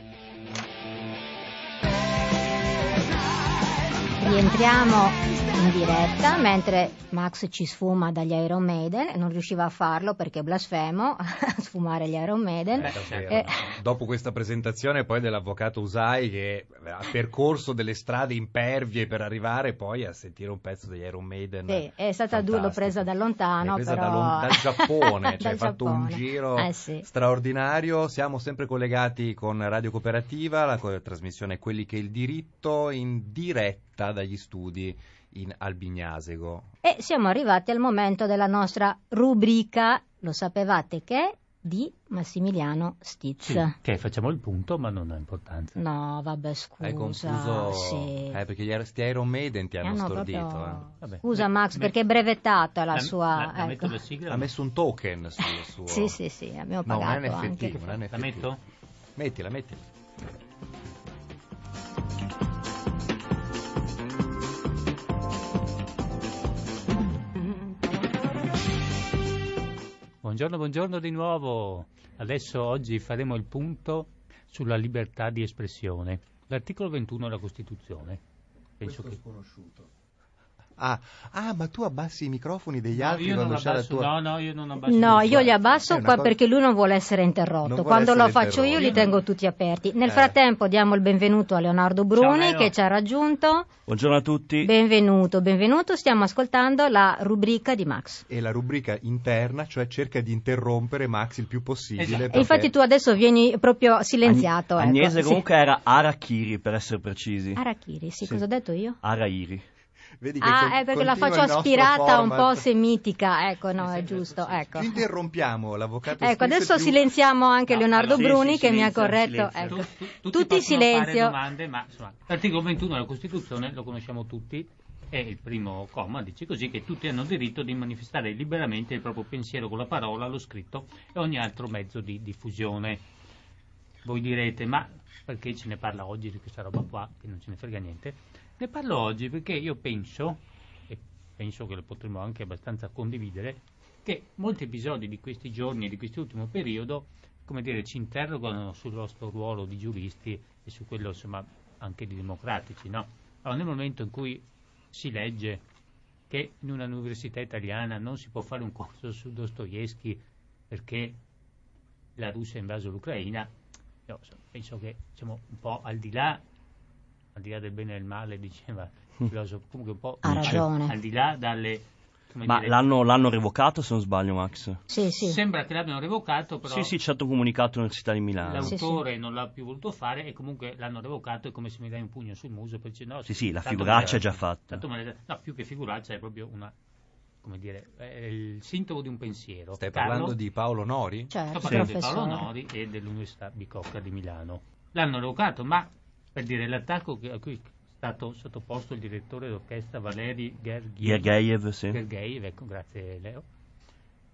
Rientriamo in diretta mentre Max ci sfuma dagli Iron Maiden, non riusciva a farlo perché è blasfemo a sfumare gli Iron Maiden. Eh, eh, Dopo questa presentazione poi dell'avvocato Usai, che ha percorso delle strade impervie per arrivare poi a sentire un pezzo degli Iron Maiden. Sì, è stata dura, l'ho presa da lontano, presa però... da, dal Giappone, cioè dal hai fatto Giappone. un giro eh, sì. straordinario. Siamo sempre collegati con Radio Cooperativa, la co- trasmissione Quelli che il diritto, in diretta dagli studi in Albignasego. E siamo arrivati al momento della nostra rubrica, lo sapevate che è, di Massimiliano Stitz. Sì, che facciamo il punto, ma non ha importanza. No, vabbè, scusa. Hai confuso, sì. eh, perché gli sti Iron Maiden ti hanno Eh, no, stordito. proprio... Eh. Vabbè, Scusa me- Max, me- perché è brevettata la, la, sua... La, la ecco. metto la sigla? Ha messo un token sul suo... Sì, sì, sì, abbiamo No, pagato un N F T, anche. un N F T. La metto? Mettila, mettila. Buongiorno, buongiorno di nuovo. Adesso oggi faremo il punto sulla libertà di espressione. L'articolo ventuno della Costituzione. Penso che... sconosciuto. Ah, ah, ma tu abbassi i microfoni degli No, altri io quando non c'è la abbasso, tua... no, no, io non abbasso. No, il io li suono. abbasso È una qua cosa- perché lui non vuole essere Non interrotto. vuole Quando essere lo faccio io interrotto. li tengo tutti aperti. Nel Eh. frattempo diamo il benvenuto a Leonardo Bruni Leo. che ci ha raggiunto. Buongiorno a tutti. Benvenuto, benvenuto. Stiamo ascoltando la rubrica di Max. E la rubrica interna, cioè cerca di interrompere Max il più possibile. Esatto. perché- E infatti tu adesso vieni proprio silenziato. Agn- ecco. Agnese Sì. comunque era Arachiri, per essere precisi. Arachiri, sì, Sì. cosa ho detto io? Arairi. Vedi che Ah, con- è perché la continua faccio il nostro aspirata un po' format. semitica, ecco, no, Sì, è sì, giusto, sì, sì. ecco. Più interrompiamo l'avvocato Ecco, Stitz, adesso più- silenziamo anche No, Leonardo allora, Bruni sì, che mi ha silenzio, corretto, silenzio. ecco. Tu- tu- tutti Tutti in possono fare silenzio. domande, ma insomma, l'articolo ventuno della Costituzione lo conosciamo tutti, e il primo comma dice così che tutti hanno diritto di manifestare liberamente il proprio pensiero con la parola, lo scritto e ogni altro mezzo di diffusione. Voi direte, ma perché ce ne parla oggi di questa roba qua, che non ce ne frega niente? Ne parlo oggi perché io penso, e penso che lo potremmo anche abbastanza condividere, che molti episodi di questi giorni e di quest'ultimo periodo, come dire, ci interrogano sul nostro ruolo di giuristi e su quello, insomma, anche di democratici, no? Allora, nel momento in cui si legge che in una università italiana non si può fare un corso su Dostoevsky perché la Russia ha invaso l'Ucraina, io insomma, penso che siamo un po' al di là, al di là del bene e del male, diceva il filosofo, comunque un po' Ha ragione. al di là dalle... come Ma dire, l'hanno, l'hanno revocato, se non sbaglio, Max? Sì, sì. sembra che l'abbiano revocato, però Sì, sì, c'è stato comunicato all'Università di Milano. l'autore non l'ha più voluto fare e comunque l'hanno revocato. È come se mi dai un pugno sul muso per dire no, Sì, sì, la tanto figuraccia me- è già fatta. tanto me ne- no, più che figuraccia è proprio una, come dire, è il sintomo di un pensiero. Stai Carlo, parlando di Paolo Nori? Certo, sto parlando di professore. Paolo Nori e dell'Università Bicocca di Milano. L'hanno revocato, ma per dire l'attacco che- a cui è stato sottoposto il direttore d'orchestra Valeri Gergiev, Gergiev, sì. Gergiev, ecco, grazie Leo,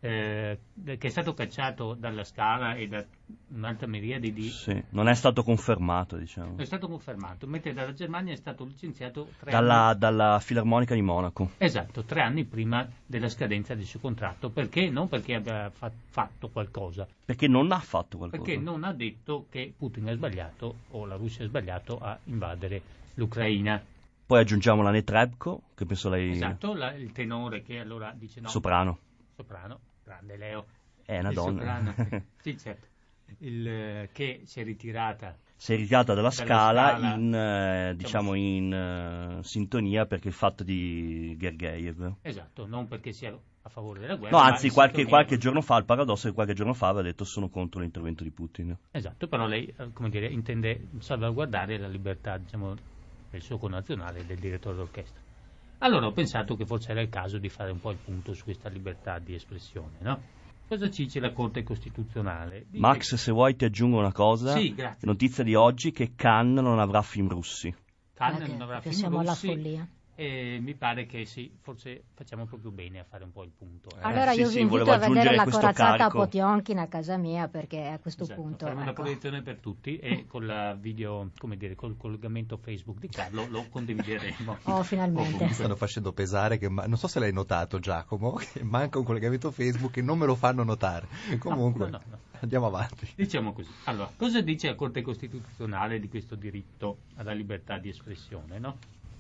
eh, che è stato cacciato dalla Scala e da un'altra miriade di... Sì, non è stato confermato, diciamo. È stato confermato, mentre dalla Germania è stato licenziato tre Dalla, anni... dalla Filarmonica di Monaco. Esatto, tre anni prima della scadenza del suo contratto. Perché? Non perché abbia fa- fatto qualcosa. Perché non ha fatto qualcosa. Perché non ha detto che Putin ha sbagliato o la Russia ha sbagliato a invadere l'Ucraina. Poi aggiungiamo la Netrebko, che penso lei... Esatto, la, il tenore che allora dice no. Soprano. Soprano, grande Leo. È una il donna. Soprano, sì, certo. Il, eh, che si è ritirata. Si è ritirata dalla, Dalla Scala, Scala, in, eh, diciamo, diciamo, in eh, sintonia perché il fatto di Gergeiev. Esatto, non perché sia a favore della guerra. No, ma anzi, in qualche, sintonia. qualche giorno fa, il paradosso è che qualche giorno fa aveva detto sono contro l'intervento di Putin. Esatto, però lei, eh, come dire, intende salvaguardare la libertà, diciamo, del suo connazionale e del direttore d'orchestra. Allora ho pensato che forse era il caso di fare un po' il punto su questa libertà di espressione, no? Cosa ci dice la Corte Costituzionale? Dice Max, che... se vuoi ti aggiungo una cosa. Sì, grazie. Notizia di oggi che Cannes non avrà film russi. Cannes Ah, non avrà che film siamo alla russi, follia. e mi pare che sì, forse facciamo proprio bene a fare un po' il punto. Eh. Allora sì, io sì, vi invito volevo a vedere aggiungere la questo corazzata carico. a Potjomkin a casa mia, perché a questo Esatto, punto... faremo una ecco. proiezione per tutti e con la video, come dire, col collegamento Facebook di Carlo lo condivideremo. Oh, finalmente. Ovunque. Stanno facendo pesare che ma- non so se l'hai notato, Giacomo, che manca un collegamento Facebook e non me lo fanno notare. Comunque, no, no, no. andiamo avanti. Diciamo così. Allora, cosa dice la Corte Costituzionale di questo diritto alla libertà di espressione, no?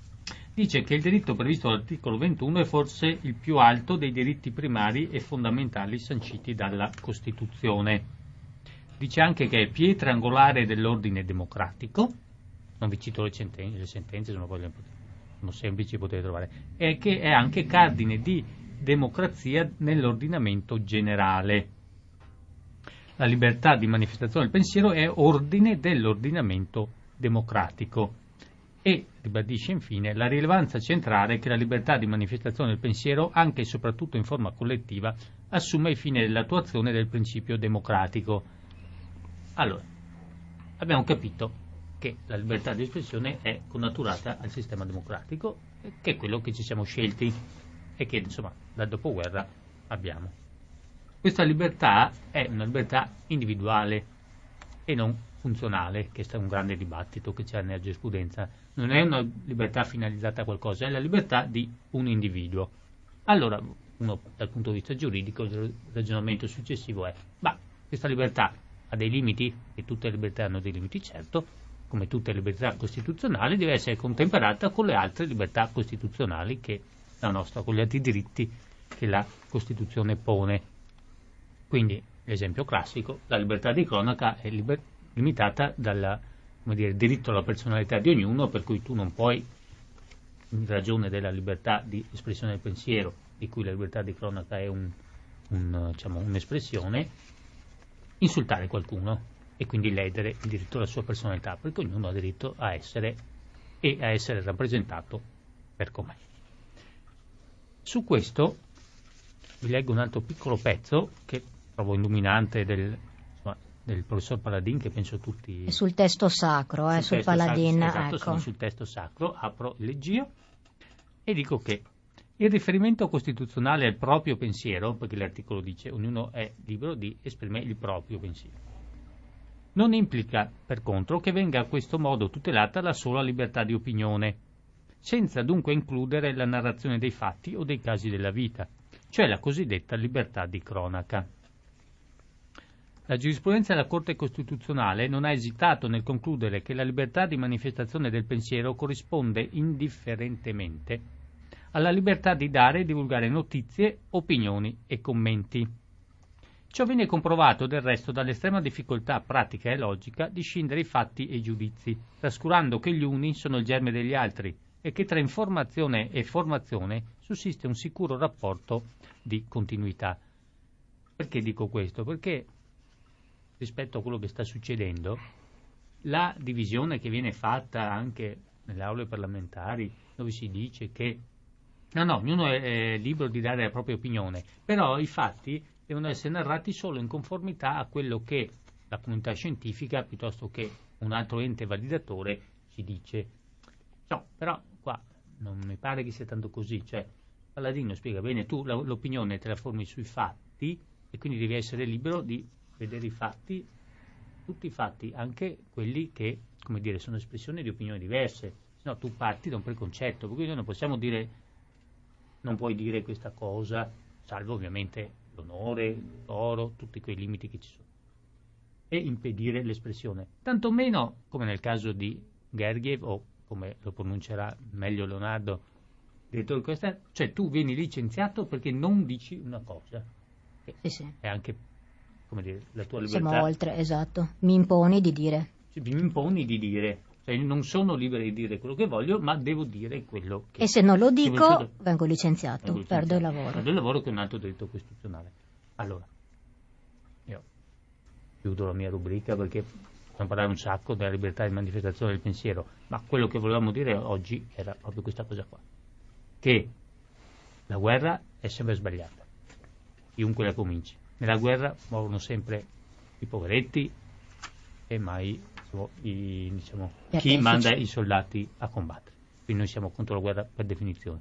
Dice che il diritto previsto dall'articolo ventuno è forse il più alto dei diritti primari e fondamentali sanciti dalla Costituzione. Dice anche che è pietra angolare dell'ordine democratico, non vi cito le sentenze, le sentenze sono, poi, sono semplici, potete trovare, e che è anche cardine di democrazia nell'ordinamento generale. La libertà di manifestazione del pensiero è ordine dell'ordinamento democratico. E ribadisce infine la rilevanza centrale che la libertà di manifestazione del pensiero, anche e soprattutto in forma collettiva, assume ai fini dell'attuazione del principio democratico. Allora, abbiamo capito che la libertà di espressione è connaturata al sistema democratico, che è quello che ci siamo scelti e che, insomma, dal dopoguerra abbiamo. Questa libertà è una libertà individuale e non funzionale, che è un grande dibattito che c'è nella giurisprudenza. Non è una libertà finalizzata a qualcosa, è la libertà di un individuo. Allora, uno dal punto di vista giuridico, il ragionamento successivo è: ma questa libertà ha dei limiti? E tutte le libertà hanno dei limiti, certo, come tutte le libertà costituzionali, deve essere contemperata con le altre libertà costituzionali che la nostra, con gli altri diritti che la Costituzione pone. Quindi, l'esempio classico, la libertà di cronaca è liber- limitata dal, come dire, diritto alla personalità di ognuno, per cui tu non puoi, in ragione della libertà di espressione del pensiero, di cui la libertà di cronaca è un, un, diciamo, un'espressione, insultare qualcuno e quindi ledere il diritto alla sua personalità, perché ognuno ha diritto a essere e a essere rappresentato per com'è. Su questo vi leggo un altro piccolo pezzo che trovo illuminante del, insomma, del professor Paladin, che penso tutti... E sul testo sacro, eh, sul testo Paladin. Sacro, esatto, ecco. sono sul testo sacro, apro il leggio e dico che il riferimento costituzionale al proprio pensiero, perché l'articolo dice ognuno è libero di esprimere il proprio pensiero, non implica, per contro, che venga a questo modo tutelata la sola libertà di opinione, senza dunque includere la narrazione dei fatti o dei casi della vita, cioè la cosiddetta libertà di cronaca. La giurisprudenza della Corte Costituzionale non ha esitato nel concludere che la libertà di manifestazione del pensiero corrisponde indifferentemente alla libertà di dare e divulgare notizie, opinioni e commenti. Ciò viene comprovato del resto dall'estrema difficoltà pratica e logica di scindere i fatti e i giudizi, trascurando che gli uni sono il germe degli altri e che tra informazione e formazione sussiste un sicuro rapporto di continuità. Perché dico questo? Perché rispetto a quello che sta succedendo, la divisione che viene fatta anche nelle aule parlamentari, dove si dice che no, no, ognuno è, è libero di dare la propria opinione, però i fatti devono essere narrati solo in conformità a quello che la comunità scientifica, piuttosto che un altro ente validatore, ci dice. No, però qua non mi pare che sia tanto così, cioè Paladino spiega bene, tu la, l'opinione te la formi sui fatti, fatti, e quindi devi essere libero di vedere i fatti, tutti i fatti, anche quelli che, come dire, sono espressioni di opinioni diverse. Se no tu parti da un preconcetto, per cui noi non possiamo dire non puoi dire questa cosa, salvo ovviamente l'onore, l'oro, tutti quei limiti che ci sono, e impedire l'espressione. Tanto meno, come nel caso di Gergiev, o come lo pronuncerà meglio Leonardo, direttore di questa, cioè tu vieni licenziato perché non dici una cosa. Sì, sì. È anche, come dire, la tua libertà. Siamo oltre, esatto. Mi imponi di dire. Cioè, mi imponi di dire. Cioè, non sono libero di dire quello che voglio, ma devo dire quello che... E se non lo dico, voglio... vengo licenziato, vengo licenziato, perdo il lavoro. Perdo il lavoro, che è un altro diritto costituzionale. Allora, io chiudo la mia rubrica perché possiamo parlare un sacco della libertà di manifestazione del pensiero, ma quello che volevamo dire oggi era proprio questa cosa qua, che la guerra è sempre sbagliata, chiunque la cominci. Nella guerra muoiono sempre i poveretti e mai insomma, i, diciamo, chi manda i soldati a combattere. Quindi noi siamo contro la guerra per definizione.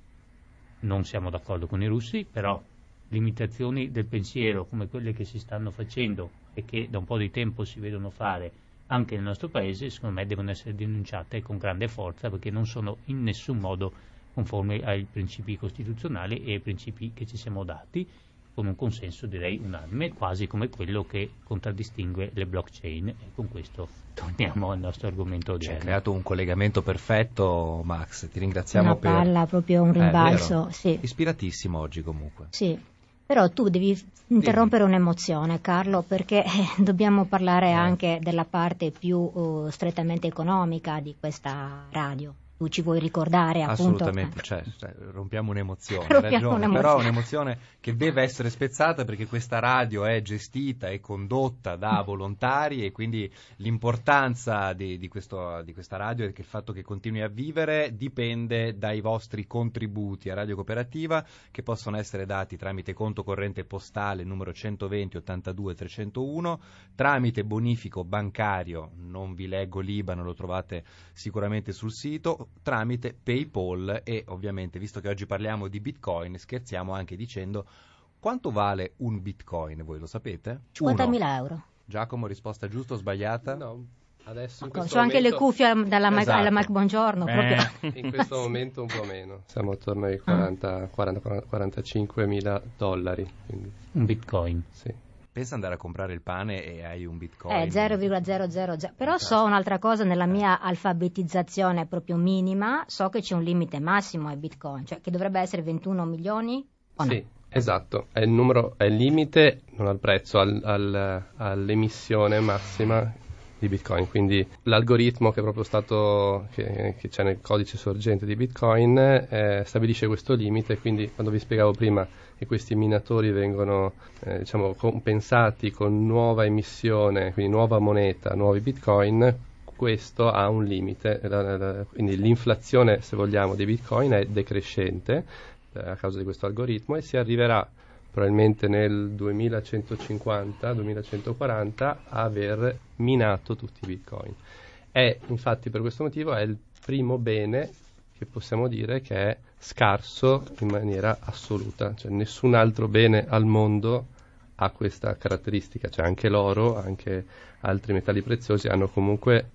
Non siamo d'accordo con i russi, però limitazioni del pensiero come quelle che si stanno facendo e che da un po' di tempo si vedono fare anche nel nostro paese, secondo me devono essere denunciate con grande forza, perché non sono in nessun modo conformi ai principi costituzionali e ai principi che ci siamo dati, con un consenso direi unanime, quasi come quello che contraddistingue le blockchain. E con questo torniamo al nostro argomento odierno. Ci hai creato un collegamento perfetto, Max, ti ringraziamo. Una per... palla, proprio un rimbalzo, eh, sì. Ispiratissimo oggi comunque. Sì, però tu devi interrompere Dimmi. un'emozione, Carlo, perché eh, dobbiamo parlare eh. anche della parte più uh, strettamente economica di questa radio. Tu ci vuoi ricordare appunto? Assolutamente, cioè, cioè, rompiamo un'emozione, rompiamo ragione, un'emozione. Però un'emozione che deve essere spezzata perché questa radio è gestita e condotta da volontari, e quindi l'importanza di, di, questo, di questa radio è che il fatto che continui a vivere dipende dai vostri contributi a Radio Cooperativa, che possono essere dati tramite conto corrente postale numero centoventi ottantadue trecentouno, tramite bonifico bancario, non vi leggo l'I B A N, lo trovate sicuramente sul sito, tramite PayPal, e ovviamente, visto che oggi parliamo di Bitcoin, scherziamo anche dicendo quanto vale un Bitcoin, voi lo sapete? cinquantamila euro. Giacomo, risposta giusta o sbagliata? No, adesso in C'ho questo anche momento... le cuffie dalla Mac, Esatto. alla Mac Buongiorno, eh. proprio. In questo momento un po' meno, siamo attorno ai quaranta, quaranta, quarantacinquemila dollari. Quindi. Un Bitcoin. Sì. Pensa andare a comprare il pane e hai un Bitcoin. Eh, zero virgola zero zero zero. Però so un'altra cosa, nella mia alfabetizzazione proprio minima, so che c'è un limite massimo ai Bitcoin, cioè che dovrebbe essere ventuno milioni o no? Sì, esatto, è il numero, è il limite, non al prezzo, al, al, all'emissione massima di Bitcoin. Quindi l'algoritmo che è proprio stato, che, che c'è nel codice sorgente di Bitcoin, eh, stabilisce questo limite. Quindi quando vi spiegavo prima che questi minatori vengono eh, diciamo compensati con nuova emissione, quindi nuova moneta, nuovi Bitcoin, questo ha un limite. La, la, quindi l'inflazione, se vogliamo, dei Bitcoin è decrescente eh, a causa di questo algoritmo, e si arriverà probabilmente nel duemilacentocinquanta duemilacentoquaranta a aver minato tutti i Bitcoin. È infatti, per questo motivo, è il primo bene che possiamo dire che è scarso in maniera assoluta, cioè nessun altro bene al mondo ha questa caratteristica, cioè anche l'oro, anche altri metalli preziosi hanno comunque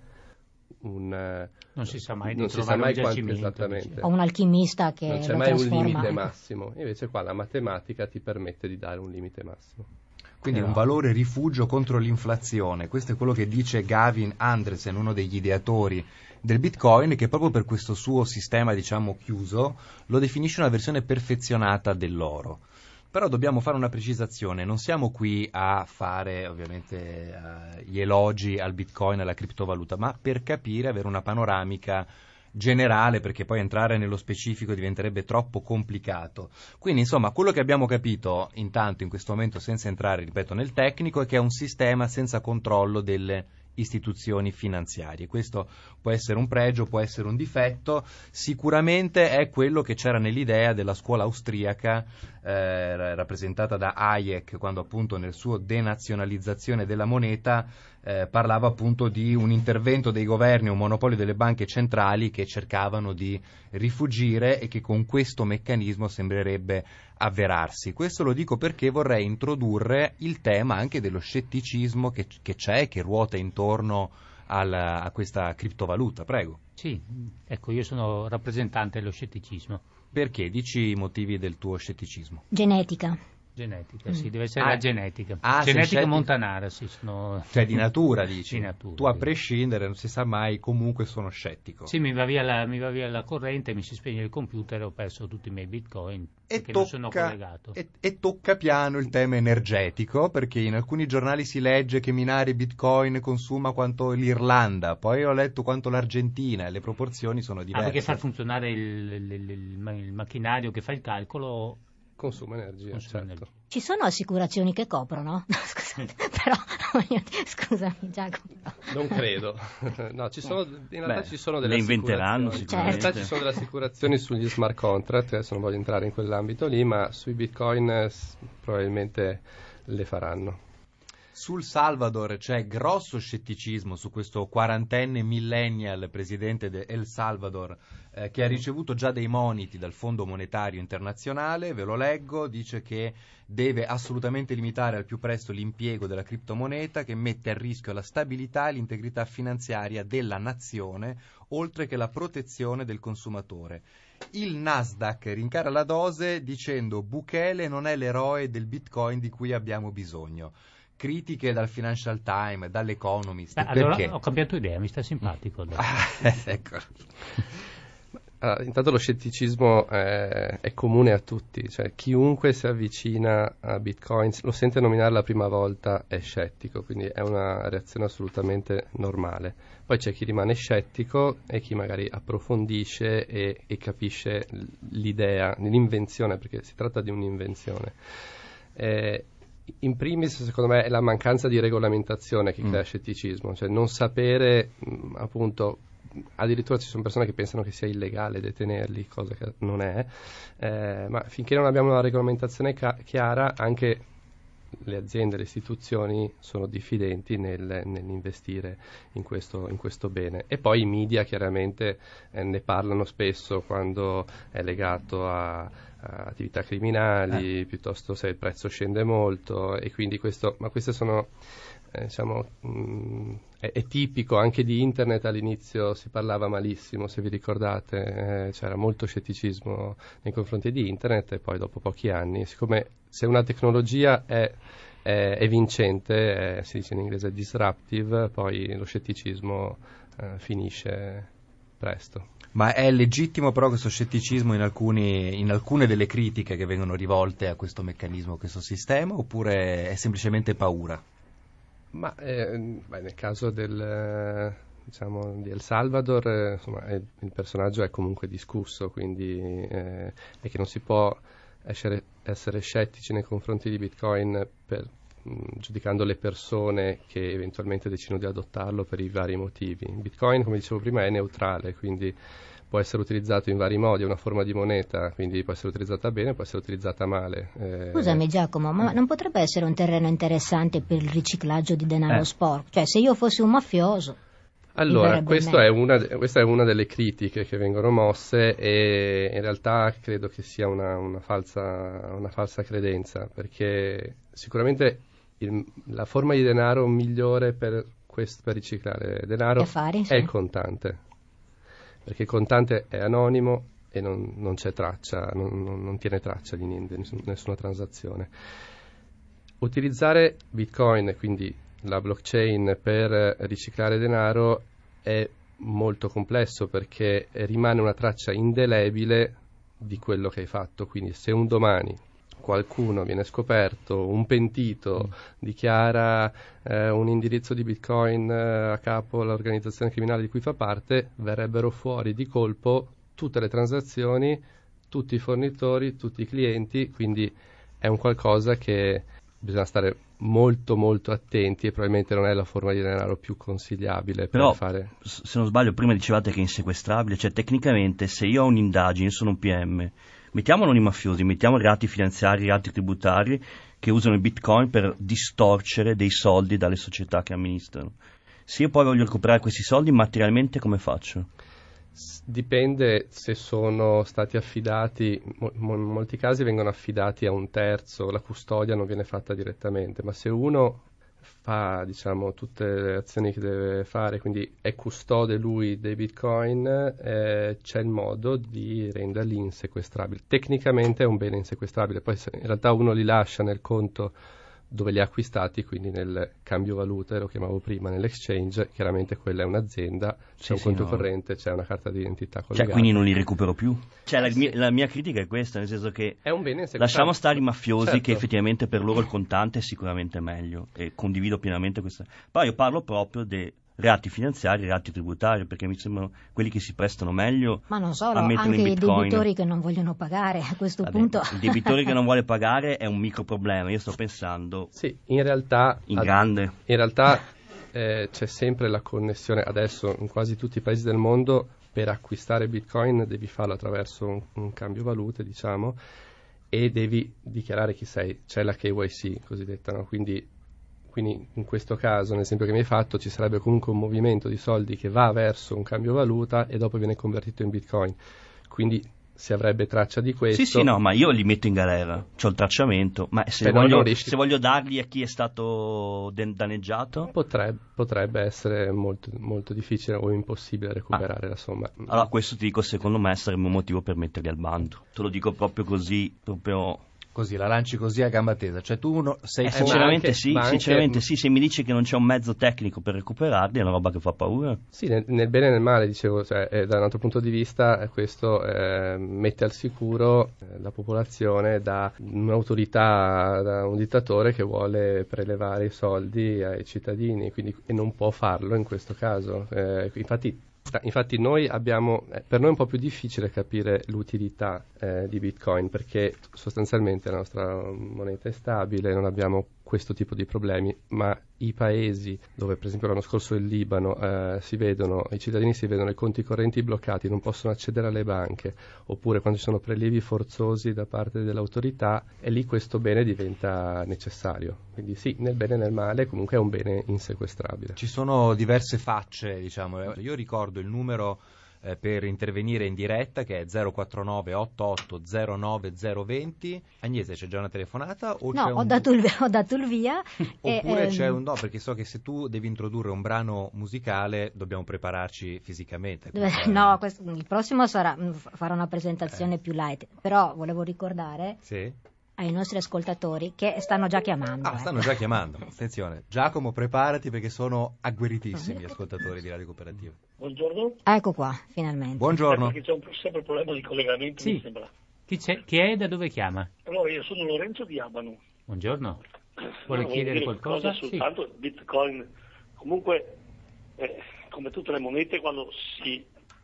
un... Non si sa mai di non si sa trovare mai un quanto, giacimento. esattamente. O un alchimista che non c'è lo mai un trasforma. limite massimo, invece qua la matematica ti permette di dare un limite massimo. Quindi Eh no. un valore rifugio contro l'inflazione. Questo è quello che dice Gavin Andresen, uno degli ideatori del Bitcoin, che proprio per questo suo sistema, diciamo, chiuso, lo definisce una versione perfezionata dell'oro. Però dobbiamo fare una precisazione, non siamo qui a fare ovviamente uh, gli elogi al Bitcoin, alla criptovaluta, ma per capire, avere una panoramica generale, perché poi entrare nello specifico diventerebbe troppo complicato. Quindi insomma, quello che abbiamo capito intanto in questo momento, senza entrare, ripeto, nel tecnico, è che è un sistema senza controllo delle istituzioni finanziarie. Questo può essere un pregio, può essere un difetto, sicuramente è quello che c'era nell'idea della scuola austriaca eh, rappresentata da Hayek, quando appunto nel suo denazionalizzazione della moneta eh, parlava appunto di un intervento dei governi, un monopolio delle banche centrali che cercavano di rifugire e che con questo meccanismo sembrerebbe avverarsi. Questo lo dico perché vorrei introdurre il tema anche dello scetticismo che, che c'è, che ruota intorno al, a questa criptovaluta. Prego. Sì, ecco, io sono rappresentante dello scetticismo. Perché? Dici i motivi del tuo scetticismo. Genetica. Genetica, sì, deve essere Ah, la genetica. ah, genetica scettico. montanara, sì, sono... Cioè di natura, dici? Di natura, tu a sì. prescindere, non si sa mai, comunque sono scettico. Sì, mi va via la, mi va via la corrente, mi si spegne il computer e ho perso tutti i miei bitcoin E perché tocca, non sono collegato. e, e tocca piano il tema energetico, perché in alcuni giornali si legge che minare bitcoin consuma quanto l'Irlanda, poi ho letto quanto l'Argentina, e le proporzioni sono Ah, diverse. perché far funzionare il, il, il, il, il macchinario che fa il calcolo Consuma energia, consuma certo. energia. Ci sono assicurazioni che coprono? No, scusate, però voglio dire, scusami Giacomo. Non credo. No, ci sono, in realtà Beh, ci sono delle le inventeranno assicurazioni. sicuramente. In realtà ci sono delle assicurazioni sugli smart contract, adesso non voglio entrare in quell'ambito lì, ma sui bitcoin eh, s- probabilmente le faranno. Sul Salvador c'è grosso scetticismo su questo quarantenne millennial presidente di El Salvador eh, che ha ricevuto già dei moniti dal Fondo Monetario Internazionale, ve lo leggo, dice che deve assolutamente limitare al più presto l'impiego della criptomoneta che mette a rischio la stabilità e l'integrità finanziaria della nazione, oltre che la protezione del consumatore. Il Nasdaq rincara la dose dicendo Bukele non è l'eroe del Bitcoin di cui abbiamo bisogno. Critiche dal Financial Times, dall'Economist. Beh, perché? allora ho cambiato idea, mi sta simpatico. dai. Ah, ecco. Allora, intanto lo scetticismo è, è comune a tutti, cioè chiunque si avvicina a Bitcoin, lo sente nominare la prima volta, è scettico, quindi è una reazione assolutamente normale. Poi c'è chi rimane scettico e chi magari approfondisce e, e capisce l'idea, l'invenzione, perché si tratta di un'invenzione. Eh, In primis, secondo me, è la mancanza di regolamentazione che crea Mm. scetticismo, cioè non sapere, mh, appunto, addirittura ci sono persone che pensano che sia illegale detenerli, cosa che non è, eh, ma finché non abbiamo una regolamentazione ca- chiara, anche le aziende, le istituzioni sono diffidenti nel, nell'investire in questo, in questo bene. E poi i media chiaramente eh, ne parlano spesso quando è legato a attività criminali, eh. piuttosto se il prezzo scende molto, e quindi questo, ma queste sono eh, diciamo mh, è, è tipico anche di internet. All'inizio si parlava malissimo, se vi ricordate, eh, c'era molto scetticismo nei confronti di internet, e poi dopo pochi anni, siccome se una tecnologia è è, è vincente, è, si dice in inglese disruptive, poi lo scetticismo eh, finisce presto. Ma è legittimo però questo scetticismo in, alcuni, in alcune delle critiche che vengono rivolte a questo meccanismo, a questo sistema, oppure è semplicemente paura? Ma eh, beh, nel caso del, eh, diciamo, di El Salvador, eh, insomma, è, il personaggio è comunque discusso, quindi eh, è che non si può essere, essere scettici nei confronti di Bitcoin per, mh, giudicando le persone che eventualmente decidono di adottarlo per i vari motivi. Bitcoin, come dicevo prima, è neutrale, quindi può essere utilizzato in vari modi, è una forma di moneta, quindi può essere utilizzata bene, può essere utilizzata male. Eh, Scusami Giacomo, ma non potrebbe essere un terreno interessante per il riciclaggio di denaro Eh. sporco? Cioè, se io fossi un mafioso... Allora, mi questo verrebbe è una, de- questa è una delle critiche che vengono mosse, e in realtà credo che sia una, una, falsa, una falsa credenza, perché sicuramente il- la forma di denaro migliore per, quest- per riciclare denaro Gli affari, è sì. il contante, perché il contante è anonimo e non, non c'è traccia, non, non- non tiene traccia di niente, nessun- nessuna transazione. Utilizzare Bitcoin, quindi la blockchain, per riciclare denaro è molto complesso, perché rimane una traccia indelebile di quello che hai fatto. Quindi se un domani qualcuno viene scoperto, un pentito Mm. dichiara eh, un indirizzo di Bitcoin eh, a capo all'organizzazione criminale di cui fa parte, verrebbero fuori di colpo tutte le transazioni, tutti i fornitori, tutti i clienti, quindi è un qualcosa che bisogna stare molto molto attenti, e probabilmente non è la forma di denaro più consigliabile per Però, fare. s- se non sbaglio, prima dicevate che è insequestrabile, cioè tecnicamente se io ho un'indagine, sono un P M, Mettiamo non i mafiosi, mettiamo reati finanziari, reati tributari che usano il bitcoin per distorcere dei soldi dalle società che amministrano. Se io poi voglio recuperare questi soldi, materialmente come faccio? Dipende se sono stati affidati, mo- in molti casi vengono affidati a un terzo, la custodia non viene fatta direttamente, ma se uno fa, diciamo, tutte le azioni che deve fare, quindi è custode lui dei bitcoin, eh, c'è il modo di renderli insequestrabili. Tecnicamente è un bene insequestrabile, poi se in realtà uno li lascia nel conto dove li ha acquistati, quindi nel cambio valuta, lo chiamavo prima, nell'exchange, chiaramente quella è un'azienda, c'è Sì, un sì, conto no. corrente, c'è una carta d'identità collegata. Cioè, quindi non li recupero più? Cioè, la, Eh, mia, sì. la mia critica è questa, nel senso che È un bene insequestrabile. lasciamo stare i mafiosi, Certo. che effettivamente per loro il contante è sicuramente meglio, e condivido pienamente questa. Poi io parlo proprio dei reati finanziari, reati tributari, perché mi sembrano quelli che si prestano meglio Ma non solo, a metterlo anche in i bitcoin. debitori che non vogliono pagare a questo Vabbè, punto. il debitore che non vuole pagare è un micro problema, io sto pensando Sì, in realtà, in ad- grande. in realtà eh, c'è sempre la connessione, adesso in quasi tutti i paesi del mondo, per acquistare bitcoin devi farlo attraverso un, un cambio valute, diciamo, e devi dichiarare chi sei, c'è la K Y C cosiddetta, no? Quindi Quindi in questo caso, nell'esempio che mi hai fatto, ci sarebbe comunque un movimento di soldi che va verso un cambio valuta e dopo viene convertito in bitcoin. Quindi si avrebbe traccia di questo. Sì, sì, no, ma io li metto in galera, c'ho il tracciamento, ma se, Però voglio, non riesci- se voglio darli a chi è stato den- danneggiato, Potrebbe, potrebbe essere molto, molto difficile o impossibile recuperare la somma. allora questo ti dico, secondo me sarebbe un motivo per metterli al bando. Te lo dico proprio così, proprio. Così, la lanci così a gamba tesa, cioè tu uno, sei Eh, ma sinceramente anche- sì, ma anche- sinceramente sì, se mi dici che non c'è un mezzo tecnico per recuperarli è una roba che fa paura. Sì, nel, nel bene e nel male, dicevo, cioè, eh, da un altro punto di vista eh, questo eh, mette al sicuro eh, la popolazione da un'autorità, da un dittatore che vuole prelevare i soldi ai cittadini, quindi, e non può farlo in questo caso. Eh, infatti, infatti noi abbiamo, eh, per noi è un po' più difficile capire l'utilità eh, di Bitcoin, perché sostanzialmente la nostra moneta è stabile, non abbiamo questo tipo di problemi, ma i paesi dove per esempio l'anno scorso il Libano eh, si vedono, i cittadini si vedono i conti correnti bloccati, non possono accedere alle banche, oppure quando ci sono prelievi forzosi da parte dell'autorità, e lì questo bene diventa necessario. Quindi sì, nel bene e nel male comunque è un bene insequestrabile. Ci sono diverse facce, diciamo. Io ricordo il numero eh, per intervenire in diretta, che è zero quattro nove otto otto zero nove zero due zero. Agnese, c'è già una telefonata? O No, c'è ho un... dato il, ho dato il via. Oppure e, c'è ehm, un no, perché so che se tu devi introdurre un brano musicale dobbiamo prepararci fisicamente. dove- quindi, no, eh, questo- il prossimo sarà mm, f- farò una presentazione più light, però volevo ricordare Sì? ai nostri ascoltatori che stanno già chiamando. Ah, stanno ecco. già chiamando. Attenzione. Giacomo, preparati perché sono agguerritissimi gli ascoltatori di Radio Cooperativa. Buongiorno. Ecco qua, finalmente. Buongiorno. Perché c'è un, sempre un problema di collegamento, Sì. mi sembra. Chi, c'è, chi è e da dove chiama? Allora, io sono Lorenzo di Abano. Buongiorno. Vuole Volevo chiedere dire qualcosa? qualcosa Sì. soltanto il Bitcoin. Comunque, eh, come tutte le monete, quando si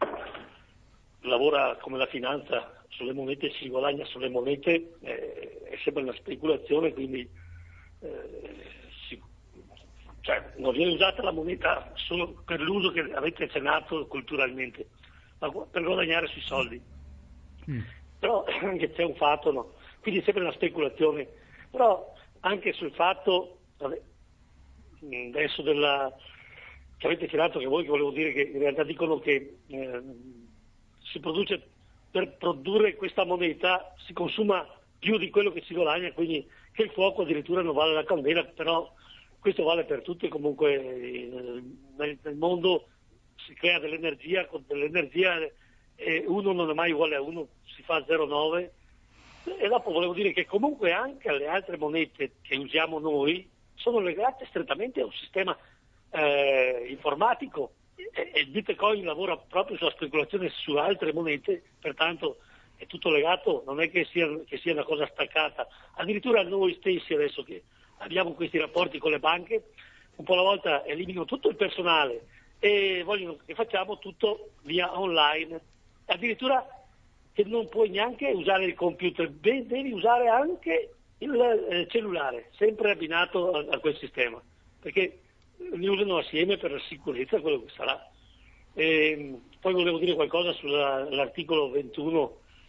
lavora come la finanza sulle monete, si guadagna sulle monete, eh, è sempre una speculazione, quindi eh, si- cioè, non viene usata la moneta solo per l'uso che avete accennato culturalmente, ma gu- per guadagnare sui soldi. Mm. Però anche c'è un fatto, no? Quindi è sempre una speculazione, però anche sul fatto vabbè, mh, adesso della che avete tirato che voi, che volevo dire che in realtà dicono che eh, si produce, per produrre questa moneta si consuma più di quello che si guadagna, quindi che il fuoco addirittura non vale la candela, però questo vale per tutti, comunque eh, nel, nel mondo si crea dell'energia, con dell'energia e uno non è mai uguale a uno, si fa zero virgola nove. E dopo volevo dire che comunque anche le altre monete che usiamo noi sono legate strettamente a un sistema eh, informatico, e, e il Bitcoin lavora proprio sulla speculazione su altre monete, pertanto è tutto legato, non è che sia, che sia una cosa staccata. Addirittura noi stessi adesso che abbiamo questi rapporti con le banche, un po' alla volta eliminano tutto il personale e vogliono che facciamo tutto via online, addirittura che non puoi neanche usare il computer, beh, devi usare anche il eh, cellulare, sempre abbinato a, a quel sistema, perché li usano assieme per la sicurezza, quello che sarà. E, poi volevo dire qualcosa sull'articolo ventuno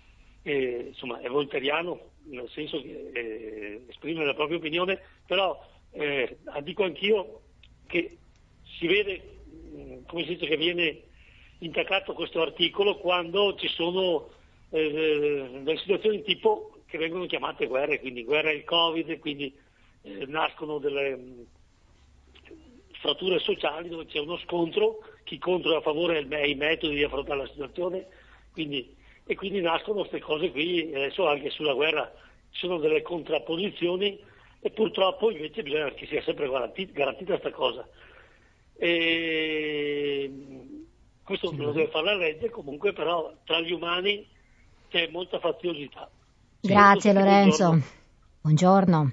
eh, insomma, è voltairiano, nel senso che eh, esprime la propria opinione, però eh, dico anch'io che si vede, come si dice, che viene intaccato questo articolo quando ci sono eh, delle situazioni tipo che vengono chiamate guerre, quindi guerra e il Covid, quindi eh, nascono delle mh, fratture sociali dove c'è uno scontro, chi contro è a favore dei metodi di affrontare la situazione, quindi, e quindi nascono queste cose qui. Adesso anche sulla guerra ci sono delle contrapposizioni e purtroppo invece bisogna che sia sempre garantita, garantita questa cosa. E questo sì, lo deve fare la legge, comunque però tra gli umani c'è molta faziosità. Grazie Sì, Lorenzo, buongiorno. buongiorno.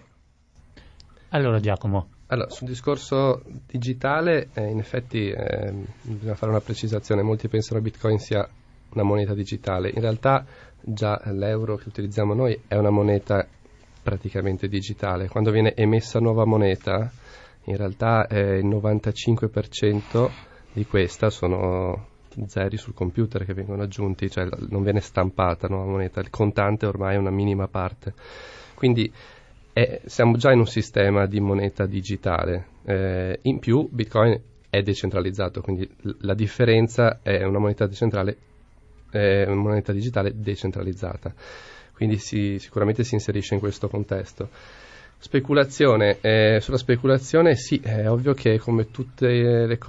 Allora Giacomo. Allora, sul discorso digitale, eh, in effetti eh, bisogna fare una precisazione. Molti pensano che Bitcoin sia una moneta digitale. In realtà già l'euro che utilizziamo noi è una moneta praticamente digitale. Quando viene emessa nuova moneta, in realtà eh, il novantacinque per cento di questa sono zeri sul computer che vengono aggiunti, cioè non viene stampata nuova moneta. Il contante ormai è una minima parte. Quindi Eh, siamo già in un sistema di moneta digitale, eh, in più Bitcoin è decentralizzato, quindi l- la differenza è una moneta decentrale, eh, una moneta digitale decentralizzata, quindi si, sicuramente si inserisce in questo contesto. Speculazione, eh, sulla speculazione sì, è ovvio che come tutte le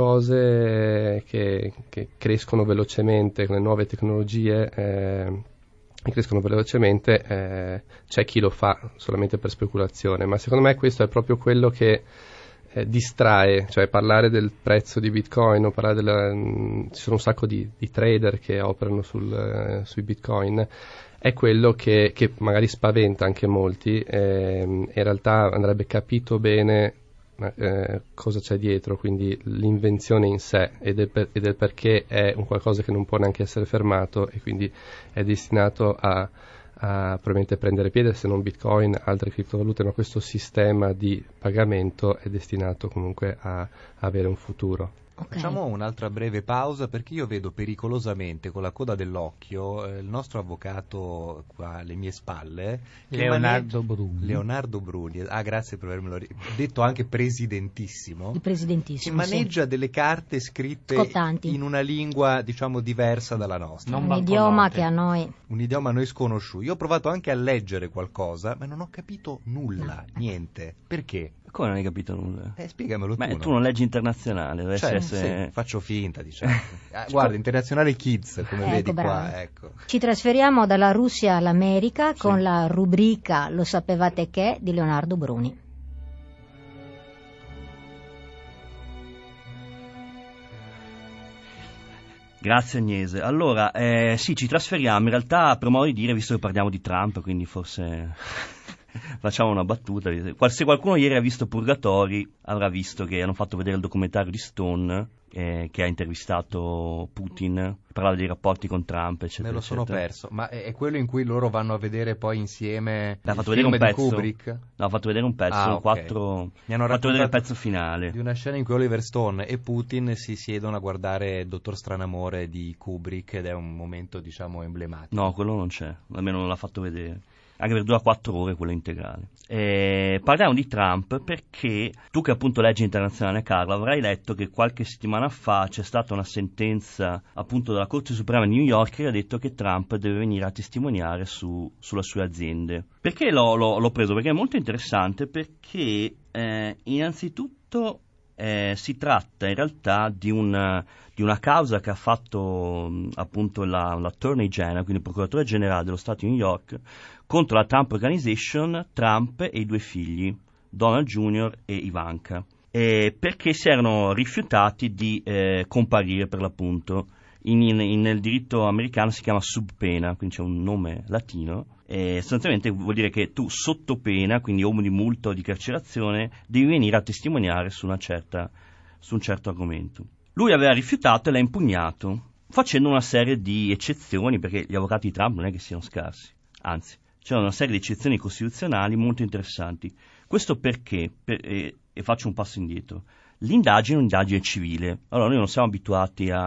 cose che, che crescono velocemente con le nuove tecnologie, eh, crescono velocemente, eh, c'è chi lo fa solamente per speculazione, ma secondo me questo è proprio quello che eh, distrae, cioè parlare del prezzo di Bitcoin o parlare della, mh, ci sono un sacco di, di trader che operano sul, eh, sui Bitcoin, è quello che, che magari spaventa anche molti, eh, in realtà andrebbe capito bene Eh, cosa c'è dietro, quindi l'invenzione in sé ed è, per, ed è perché è un qualcosa che non può neanche essere fermato e quindi è destinato a, a probabilmente prendere piede, se non Bitcoin, altre criptovalute, ma questo sistema di pagamento è destinato comunque a, a avere un futuro. Okay. Facciamo un'altra breve pausa perché io vedo pericolosamente con la coda dell'occhio eh, il nostro avvocato qua alle mie spalle, Leonardo maneggia... Bruni. Leonardo Bruni, ah grazie per avermelo ri... detto anche presidentissimo. Il presidentissimo, che maneggia sì. delle carte scritte Scottanti. in una lingua diciamo diversa dalla nostra. Non Un idioma banconote. che a noi... Un idioma a noi sconosciuto. Io ho provato anche a leggere qualcosa, ma non ho capito nulla, No. niente. Perché? Come non hai capito nulla? Eh, spiegamelo Beh, tu. tu no? non leggi internazionale, dovresti Cioè, essere... sì, faccio finta, diciamo. Ah, guarda, Internazionale Kids, come Ecco, vedi bravo. qua, ecco. Ci trasferiamo dalla Russia all'America Sì. con la rubrica Lo sapevate che di Leonardo Bruni. Grazie Agnese. Allora, eh, sì, ci trasferiamo, in realtà per modo di dire, visto che parliamo di Trump, quindi forse facciamo una battuta. Se qualcuno ieri ha visto Purgatori, avrà visto che hanno fatto vedere il documentario di Stone, eh, che ha intervistato Putin, parlava dei rapporti con Trump, eccetera. Me lo sono eccetera. perso, ma è, è quello in cui loro vanno a vedere poi insieme Ha il fatto vedere film un di pezzo. Kubrick? No, ha fatto vedere un pezzo, Ah, sono ok. quattro... Mi hanno ha fatto vedere il raccontato pezzo finale. di una scena in cui Oliver Stone e Putin si siedono a guardare il Dottor Stranamore di Kubrick ed è un momento, diciamo, emblematico. No, quello non c'è, almeno non l'ha fatto vedere. Anche perché dura quattro ore quello integrale. Eh, parliamo di Trump perché tu che appunto leggi internazionale, Carlo, avrai letto che qualche settimana fa c'è stata una sentenza appunto della Corte Suprema di New York che ha detto che Trump deve venire a testimoniare su, sulle sue aziende. Perché l'ho, l'ho, l'ho preso? Perché è molto interessante, perché eh, innanzitutto eh, si tratta in realtà di una, di una causa che ha fatto mh, appunto la, l'Attorney General, quindi il procuratore generale dello Stato di New York, contro la Trump Organization, Trump e i due figli, Donald Junior e Ivanka, eh, perché si erano rifiutati di eh, comparire per l'appunto. In, in, nel diritto americano si chiama sub pena, quindi c'è un nome latino, e sostanzialmente vuol dire che tu sotto pena, quindi o di multa o di carcerazione, devi venire a testimoniare su, una certa, su un certo argomento. Lui aveva rifiutato e l'ha impugnato, facendo una serie di eccezioni, perché gli avvocati di Trump non è che siano scarsi, anzi, c'è una serie di eccezioni costituzionali molto interessanti. Questo perché, per, e, e faccio un passo indietro, l'indagine è un'indagine civile. Allora noi non siamo abituati a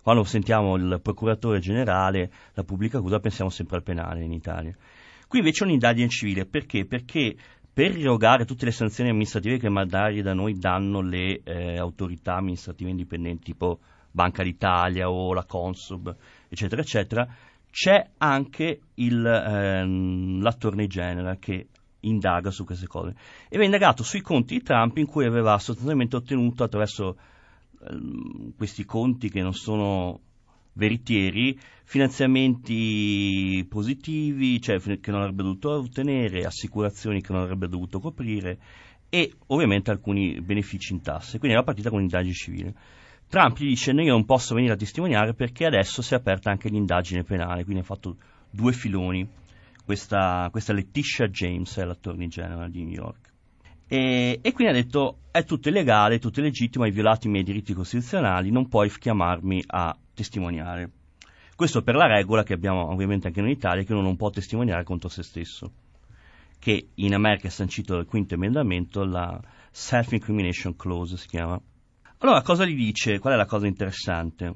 quando sentiamo il procuratore generale, la pubblica accusa, pensiamo sempre al penale in Italia. Qui invece è un'indagine civile, perché? Perché per irrogare tutte le sanzioni amministrative che magari da noi danno le eh, autorità amministrative indipendenti, tipo Banca d'Italia o la Consob, eccetera, eccetera, c'è anche il, ehm, l'Attorney General che indaga su queste cose. E viene indagato sui conti di Trump, in cui aveva sostanzialmente ottenuto, attraverso ehm, questi conti che non sono veritieri, finanziamenti positivi, cioè che non avrebbe dovuto ottenere, assicurazioni che non avrebbe dovuto coprire e ovviamente alcuni benefici in tasse. Quindi era partita con un'indagine civile. Trump gli dice: no, io non posso venire a testimoniare perché adesso si è aperta anche l'indagine penale, quindi ha fatto due filoni. Questa, questa Letitia James è l'Attorney General di New York. E, e quindi ha detto: è tutto illegale, tutto illegittimo, hai violato i miei diritti costituzionali, non puoi chiamarmi a testimoniare. Questo per la regola che abbiamo ovviamente anche in Italia, che uno non può testimoniare contro se stesso, che in America è sancito dal quinto emendamento, la Self-Incrimination Clause si chiama. Allora cosa gli dice? Qual è la cosa interessante?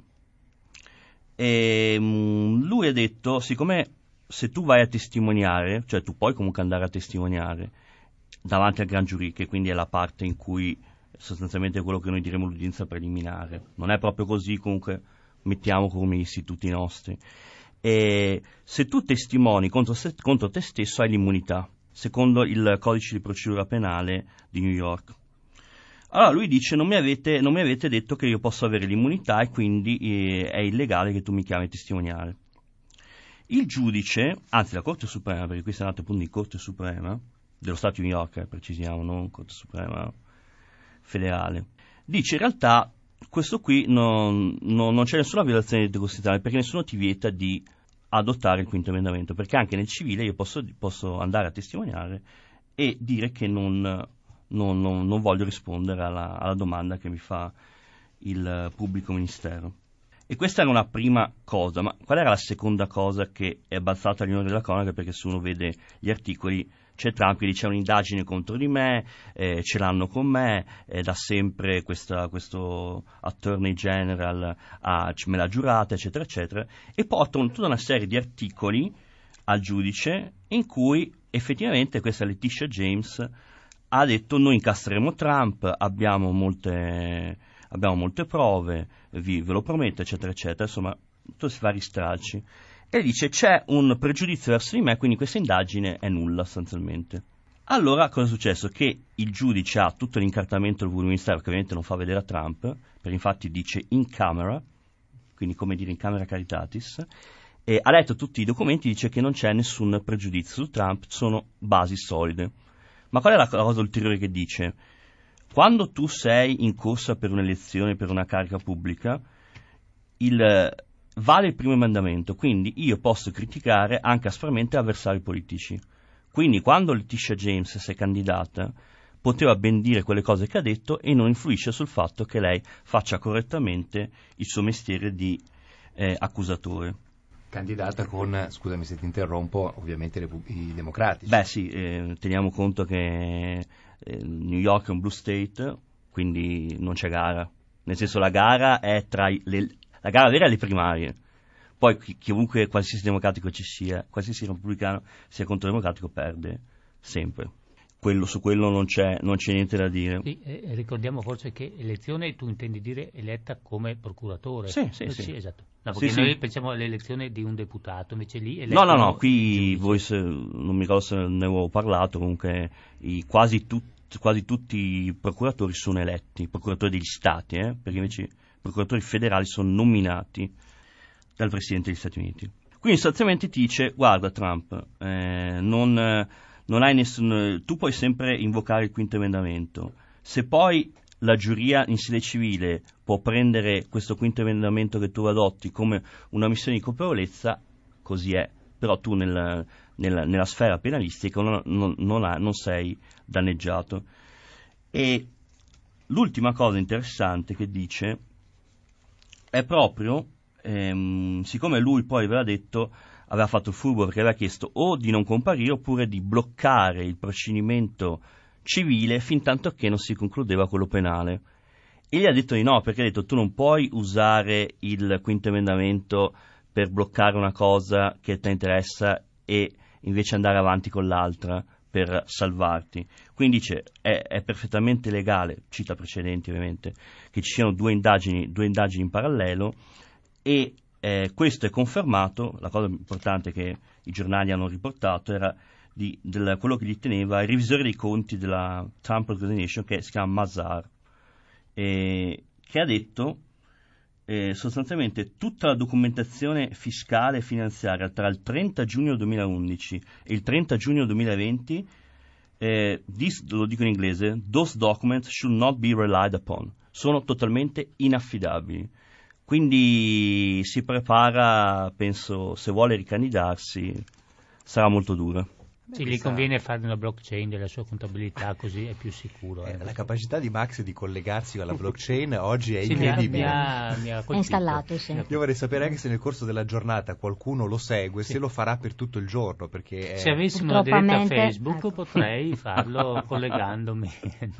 E, mh, lui ha detto: siccome se tu vai a testimoniare, cioè tu puoi comunque andare a testimoniare davanti al gran giurì, che quindi è la parte in cui sostanzialmente è quello che noi diremo l'udienza preliminare, non è proprio così, comunque mettiamo come gli istituti nostri, e se tu testimoni contro, se, contro te stesso hai l'immunità secondo il codice di procedura penale di New York. Allora lui dice: non mi avete, non mi avete detto che io posso avere l'immunità e quindi eh, è illegale che tu mi chiami a testimoniare. Il giudice, anzi la Corte Suprema, perché qui si è andato appunto in Corte Suprema dello Stato di New York, eh, precisiamo, non Corte Suprema federale, dice: in realtà questo qui non, non, non c'è nessuna violazione di costituzionale, perché nessuno ti vieta di adottare il quinto emendamento, perché anche nel civile io posso, posso andare a testimoniare e dire che non, non, non, non voglio rispondere alla, alla domanda che mi fa il pubblico ministero. E questa era una prima cosa, ma qual era la seconda cosa che è balzata all'onore della cronaca? Perché se uno vede gli articoli, c'è Trump che dice: c'è un'indagine contro di me, eh, ce l'hanno con me, eh, da sempre questa, questo Attorney General ha, me l'ha giurata, eccetera, eccetera, e portano tutta una serie di articoli al giudice in cui effettivamente questa Letitia James ha detto: noi incastreremo Trump, abbiamo molte... abbiamo molte prove, vi, ve lo prometto, eccetera, eccetera, insomma, tutto si fa ristralci. E dice: c'è un pregiudizio verso di me, quindi questa indagine è nulla, sostanzialmente. Allora, cosa è successo? Che il giudice ha tutto l'incartamento del pubblico ministero, che ovviamente non fa vedere a Trump, perché infatti dice in camera, quindi come dire in camera caritatis, e ha letto tutti i documenti, dice che non c'è nessun pregiudizio su Trump, sono basi solide. Ma qual è la cosa ulteriore che dice? Quando tu sei in corsa per un'elezione, per una carica pubblica, il, vale il primo emendamento, quindi io posso criticare anche aspramente avversari politici. Quindi quando Letitia James si è candidata, poteva ben dire quelle cose che ha detto e non influisce sul fatto che lei faccia correttamente il suo mestiere di eh, accusatore. Candidata con, scusami se ti interrompo, ovviamente le, i democratici. Beh sì, eh, teniamo conto che eh, New York è un blue state, quindi non c'è gara. Nel senso, la gara è tra i, le, la gara vera è le primarie. Poi chi, chiunque, qualsiasi democratico ci sia, qualsiasi repubblicano sia contro il democratico, perde sempre. Quello, su quello non c'è, non c'è niente da dire. Sì, eh, ricordiamo forse che elezione tu intendi dire eletta come procuratore. Sì, sì, eh, sì. sì, esatto. No, perché sì, noi sì. pensiamo all'elezione di un deputato, invece lì No, no, no, qui giudice. voi se, non mi ricordo se ne avevo parlato, comunque i, quasi, tut, quasi tutti i procuratori sono eletti, i procuratori degli stati, eh, perché invece i procuratori federali sono nominati dal Presidente degli Stati Uniti. Quindi sostanzialmente ti dice: guarda Trump, eh, non... Non hai nessun, tu puoi sempre invocare il quinto emendamento. Se poi la giuria in sede civile può prendere questo quinto emendamento che tu adotti come una missione di colpevolezza, così è. Però tu nel, nel, nella sfera penalistica non, non, non, ha, non sei danneggiato. E l'ultima cosa interessante che dice è proprio, ehm, siccome lui poi aveva detto, aveva fatto il furbo perché aveva chiesto o di non comparire oppure di bloccare il procedimento civile fin tanto che non si concludeva quello penale. E gli ha detto di no, perché ha detto tu non puoi usare il quinto emendamento per bloccare una cosa che a te interessa e invece andare avanti con l'altra per salvarti. Quindi dice è, è perfettamente legale, cita precedenti ovviamente, che ci siano due indagini, due indagini in parallelo, e eh, questo è confermato. La cosa importante che i giornali hanno riportato era di, del, quello che gli teneva il revisore dei conti della Trump Organization, che si chiama Mazar, eh, che ha detto eh, sostanzialmente tutta la documentazione fiscale e finanziaria tra il trenta giugno duemilaundici e il trenta giugno duemilaventi, eh, this, lo dico in inglese, those documents should not be relied upon, sono totalmente inaffidabili. Quindi si prepara, penso, se vuole ricandidarsi sarà molto dura. Sì, gli conviene fare una blockchain della sua contabilità, così è più sicuro. Eh, eh. la capacità di Max di collegarsi alla blockchain oggi è sì, mi ha, incredibile. mi ha, mi ha è installato, sì. Io vorrei sapere anche se nel corso della giornata qualcuno lo segue, sì. se lo farà per tutto il giorno, perché è... Se avessimo una diretta Purtroppamente, Facebook ecco. potrei farlo collegandomi.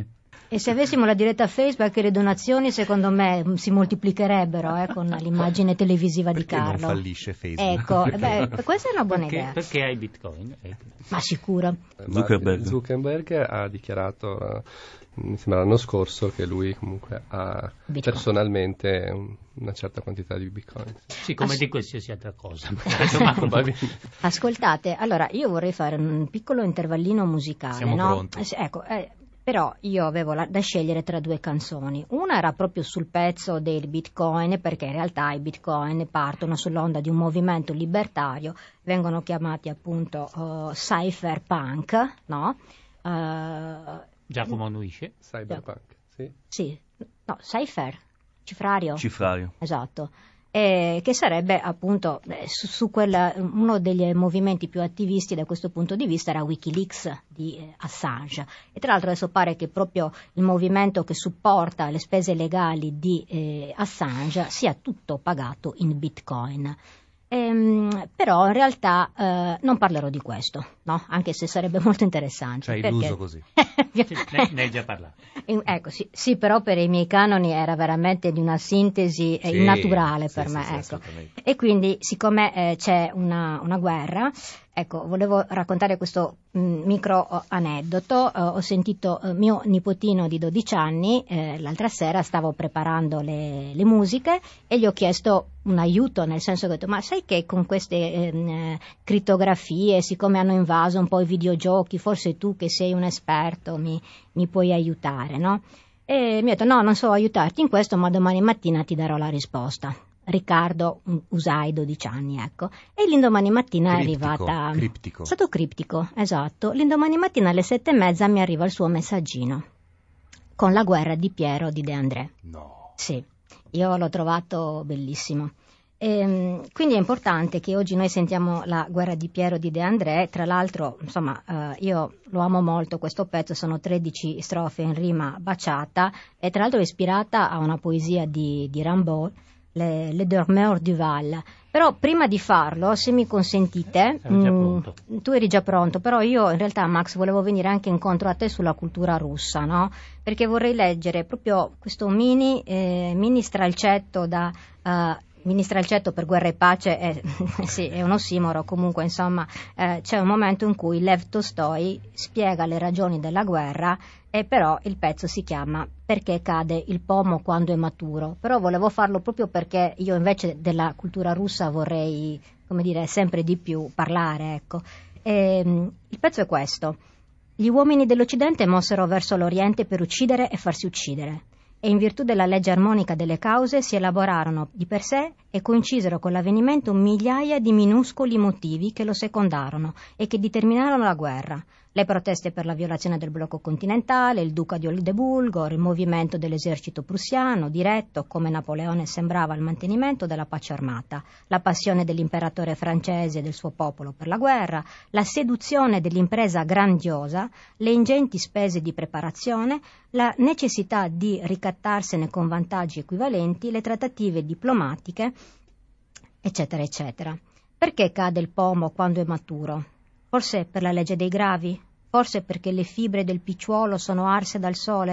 E se avessimo la diretta Facebook, le donazioni secondo me si moltiplicherebbero eh, con l'immagine televisiva perché di Carlo. non fallisce Facebook? Ecco, beh, questa è una buona perché, idea. perché hai Bitcoin? Ecco. Ma sicuro. Zuckerberg. Zuckerberg ha dichiarato, eh, mi sembra l'anno scorso, che lui comunque ha Bitcoin. personalmente un- una certa quantità di Bitcoin. Sì, come Ass- di qualsiasi altra cosa. Probabilmente. Ascoltate, allora io vorrei fare un piccolo intervallino musicale. Siamo no? pronti. Eh, sì, ecco, eh, però io avevo la- da scegliere tra due canzoni. Una era proprio sul pezzo del Bitcoin, perché in realtà i Bitcoin partono sull'onda di un movimento libertario, vengono chiamati appunto uh, cypherpunk, no? Uh, Giacomo annuisce. Cyberpunk, sì. sì, no, cipher, cifrario. Cifrario. Esatto, eh, che sarebbe appunto eh, su, su quel, uno degli movimenti più attivisti da questo punto di vista era Wikileaks di eh, Assange, e tra l'altro adesso pare che proprio il movimento che supporta le spese legali di eh, Assange sia tutto pagato in Bitcoin. Ehm, però in realtà eh, non parlerò di questo, no? Anche se sarebbe molto interessante. Ci hai perché- illuso così. Sì, ne, ne hai già parlato. Eh, Ecco, sì, sì, però per i miei canoni era veramente di una sintesi eh, Sì, innaturale sì, per sì, me, sì, ecco. assolutamente. E quindi, siccome eh, c'è una, una guerra, ecco, volevo raccontare questo mh, micro eh, aneddoto. Eh, ho sentito eh, mio nipotino di dodici anni, eh, l'altra sera stavo preparando le, le musiche e gli ho chiesto un aiuto, nel senso che ho detto, ma sai che con queste ehm, eh, crittografie, siccome hanno invaso un po' i videogiochi, forse tu che sei un esperto mi, mi puoi aiutare, no? E mi ha detto, no, non so aiutarti in questo, ma domani mattina ti darò la risposta. Riccardo mm, Usai, dodici anni, ecco. E l'indomani mattina Criptico, è arrivata... criptico. È stato criptico, esatto. L'indomani mattina alle sette e mezza mi arriva il suo messaggino con la guerra di Piero di De André. No. Sì, io l'ho trovato bellissimo. Ehm, quindi è importante che oggi noi sentiamo la guerra di Piero di De André. Tra l'altro, insomma, eh, io lo amo molto questo pezzo, sono tredici strofe in rima baciata, e tra l'altro è ispirata a una poesia di, di Rimbaud, Le, Le Dormeurs du Val. Però prima di farlo, se mi consentite, Ero già mh, pronto. tu eri già pronto, però io in realtà, Max, volevo venire anche incontro a te sulla cultura russa, no? Perché vorrei leggere proprio questo mini, eh, mini stralcetto da... eh, mini stralcetto per guerra e pace è, sì, è un ossimoro, comunque insomma eh, c'è un momento in cui Lev Tolstoi spiega le ragioni della guerra, e però il pezzo si chiama Perché cade il pomo quando è maturo. Però volevo farlo proprio perché io invece della cultura russa vorrei, come dire, sempre di più parlare, ecco. E, il pezzo è questo: gli uomini dell'Occidente mossero verso l'Oriente per uccidere e farsi uccidere, e in virtù della legge armonica delle cause si elaborarono di per sé e coincisero con l'avvenimento migliaia di minuscoli motivi che lo secondarono e che determinarono la guerra. Le proteste per la violazione del blocco continentale, il duca di Oldeburgo, il movimento dell'esercito prussiano, diretto, come Napoleone sembrava, al mantenimento della pace armata, la passione dell'imperatore francese e del suo popolo per la guerra, la seduzione dell'impresa grandiosa, le ingenti spese di preparazione, la necessità di ricattarsene con vantaggi equivalenti, le trattative diplomatiche, eccetera, eccetera. Perché cade il pomo quando è maturo? Forse per la legge dei gravi? Forse perché le fibre del picciuolo sono arse dal sole?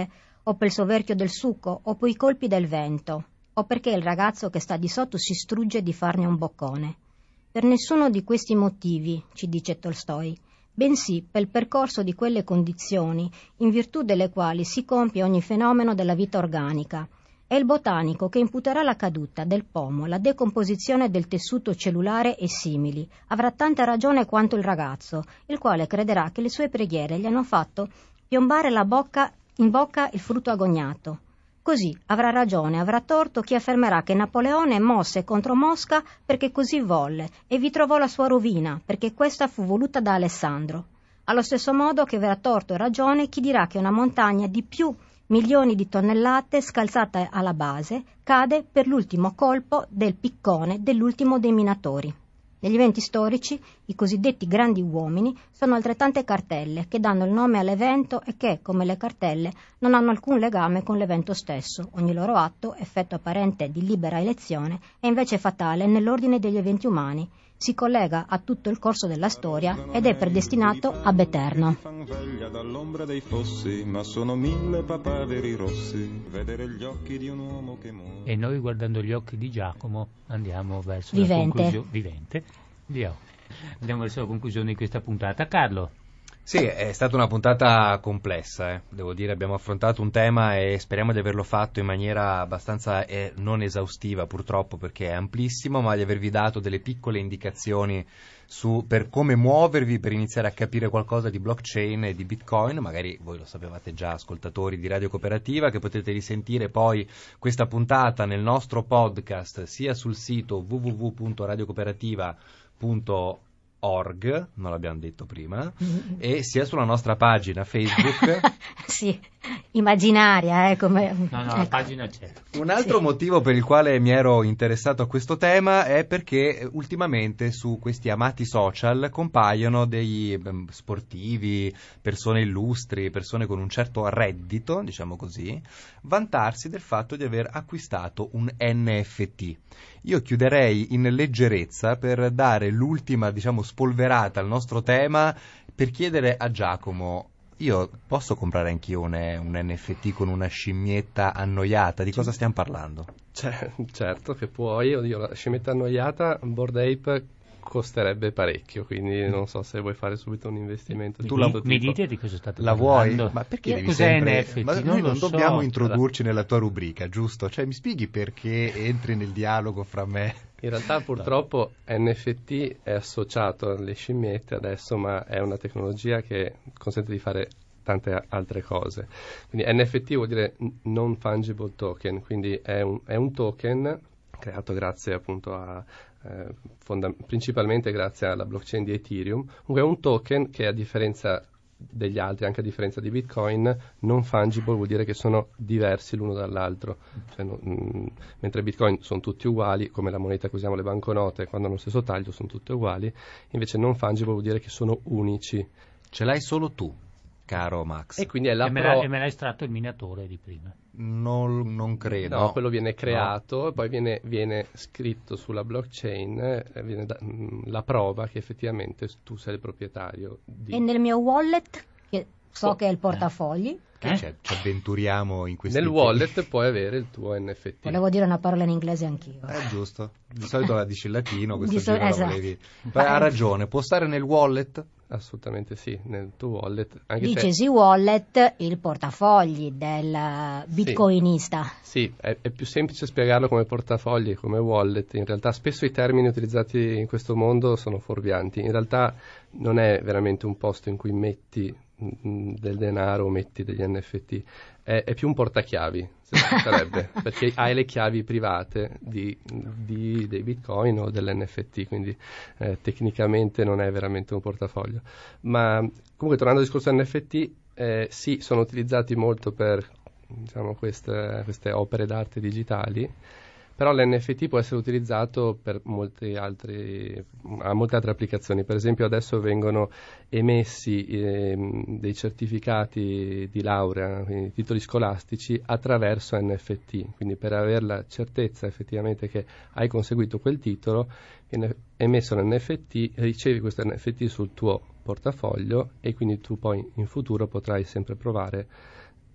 o per il soverchio del succo, o per i colpi del vento, o perché il ragazzo che sta di sotto si strugge di farne un boccone. Per nessuno di questi motivi, ci dice Tolstoi, bensì per il percorso di quelle condizioni in virtù delle quali si compie ogni fenomeno della vita organica. È il botanico che imputerà la caduta del pomo, la decomposizione del tessuto cellulare e simili. Avrà tanta ragione quanto il ragazzo, il quale crederà che le sue preghiere gli hanno fatto piombare la bocca, in bocca il frutto agognato. Così avrà ragione, avrà torto chi affermerà che Napoleone mosse contro Mosca perché così volle e vi trovò la sua rovina, perché questa fu voluta da Alessandro. Allo stesso modo che avrà torto e ragione chi dirà che una montagna di più milioni di tonnellate scalzata alla base cade per l'ultimo colpo del piccone dell'ultimo dei minatori. Negli eventi storici, i cosiddetti grandi uomini sono altrettante cartelle che danno il nome all'evento e che, come le cartelle, non hanno alcun legame con l'evento stesso. Ogni loro atto, effetto apparente di libera elezione, è invece fatale nell'ordine degli eventi umani. Si collega a tutto il corso della storia ed è predestinato ab eterno. Dall'ombra dei fossi, ma sono mille papaveri rossi, vedere gli occhi di un uomo che muore. E noi, guardando gli occhi di Giacomo, andiamo verso Vivente. la conclusione. Vivente. Dio. Andiamo verso la conclusione di questa puntata. Carlo. Sì, è stata una puntata complessa, eh. Devo dire, abbiamo affrontato un tema e speriamo di averlo fatto in maniera abbastanza eh, non esaustiva purtroppo perché è amplissimo, ma di avervi dato delle piccole indicazioni su per come muovervi per iniziare a capire qualcosa di blockchain e di Bitcoin. Magari voi lo sapevate già, ascoltatori di Radio Cooperativa, che potete risentire poi questa puntata nel nostro podcast sia sul sito w w w punto radio cooperativa punto org, non l'abbiamo detto prima, mm-hmm. e sia sulla nostra pagina Facebook. Sì, immaginaria, eh, come... No, no, ecco. la pagina c'è. Un altro sì. motivo per il quale mi ero interessato a questo tema è perché ultimamente su questi amati social compaiono dei beh, sportivi, persone illustri, persone con un certo reddito, diciamo così, vantarsi del fatto di aver acquistato un N F T. Io chiuderei in leggerezza per dare l'ultima, diciamo, spolverata al nostro tema, per chiedere a Giacomo: io posso comprare anch'io un, un N F T con una scimmietta annoiata? Di cosa stiamo parlando? Cioè, certo che puoi. Oddio, la scimmietta annoiata, Bored Ape, costerebbe parecchio, quindi non so se vuoi fare subito un investimento. Mi, di mi, questo mi tipo. dite di cosa state la parlando? vuoi? Ma perché Io, devi cos'è sempre... N F T? Ma non noi lo non so. dobbiamo introdurci nella tua rubrica, giusto? Cioè mi spieghi perché entri nel dialogo fra me? In realtà purtroppo N F T è associato alle scimmiette adesso, ma è una tecnologia che consente di fare tante altre cose. Quindi N F T vuol dire non fungible token, quindi è un, è un token creato grazie appunto a eh, fonda- principalmente grazie alla blockchain di Ethereum. Comunque è un token che, a differenza degli altri, anche a differenza di Bitcoin, non fungible vuol dire che sono diversi l'uno dall'altro. Cioè, no, mh, mentre Bitcoin sono tutti uguali, come la moneta che usiamo, le banconote, quando hanno lo stesso taglio sono tutte uguali, invece non fungible vuol dire che sono unici. Ce l'hai solo tu, caro Max. E quindi è la e, me pro... l'ha, e me l'ha estratto il minatore di prima. Non, non credo. No, quello viene creato, no. E poi viene, viene scritto sulla blockchain, eh, viene da, mh, la prova che effettivamente tu sei il proprietario di... E nel mio wallet, che so Oh, che è il portafogli, Che Eh? c'è? Ci avventuriamo in questi Nel wallet puoi avere il tuo N F T. volevo dire una parola in inglese anch'io. È giusto. Di solito la dici in latino, questa Di so- giro la esatto. volevi. Beh, ha ragione, può stare nel wallet? Assolutamente sì, nel tuo wallet. Anche Dice se... sì wallet, il portafogli del bitcoinista. Sì, è, è più semplice spiegarlo come portafogli, come wallet. In realtà spesso i termini utilizzati in questo mondo sono fuorvianti. In realtà non è veramente un posto in cui metti mh, del denaro o metti degli N F T. È, è più un portachiavi, se sarebbe, perché hai le chiavi private di, di, dei bitcoin o dell'N F T, quindi eh, tecnicamente non è veramente un portafoglio. Ma comunque, tornando al discorso N F T, eh, sì, sono utilizzati molto per, diciamo, queste, queste opere d'arte digitali, però l'N F T può essere utilizzato per molti altri, a molte altre applicazioni. Per esempio adesso vengono emessi eh, dei certificati di laurea, quindi titoli scolastici, attraverso N F T, quindi per avere la certezza effettivamente che hai conseguito quel titolo, viene emesso l'N F T, ricevi questo N F T sul tuo portafoglio e quindi tu poi in futuro potrai sempre provare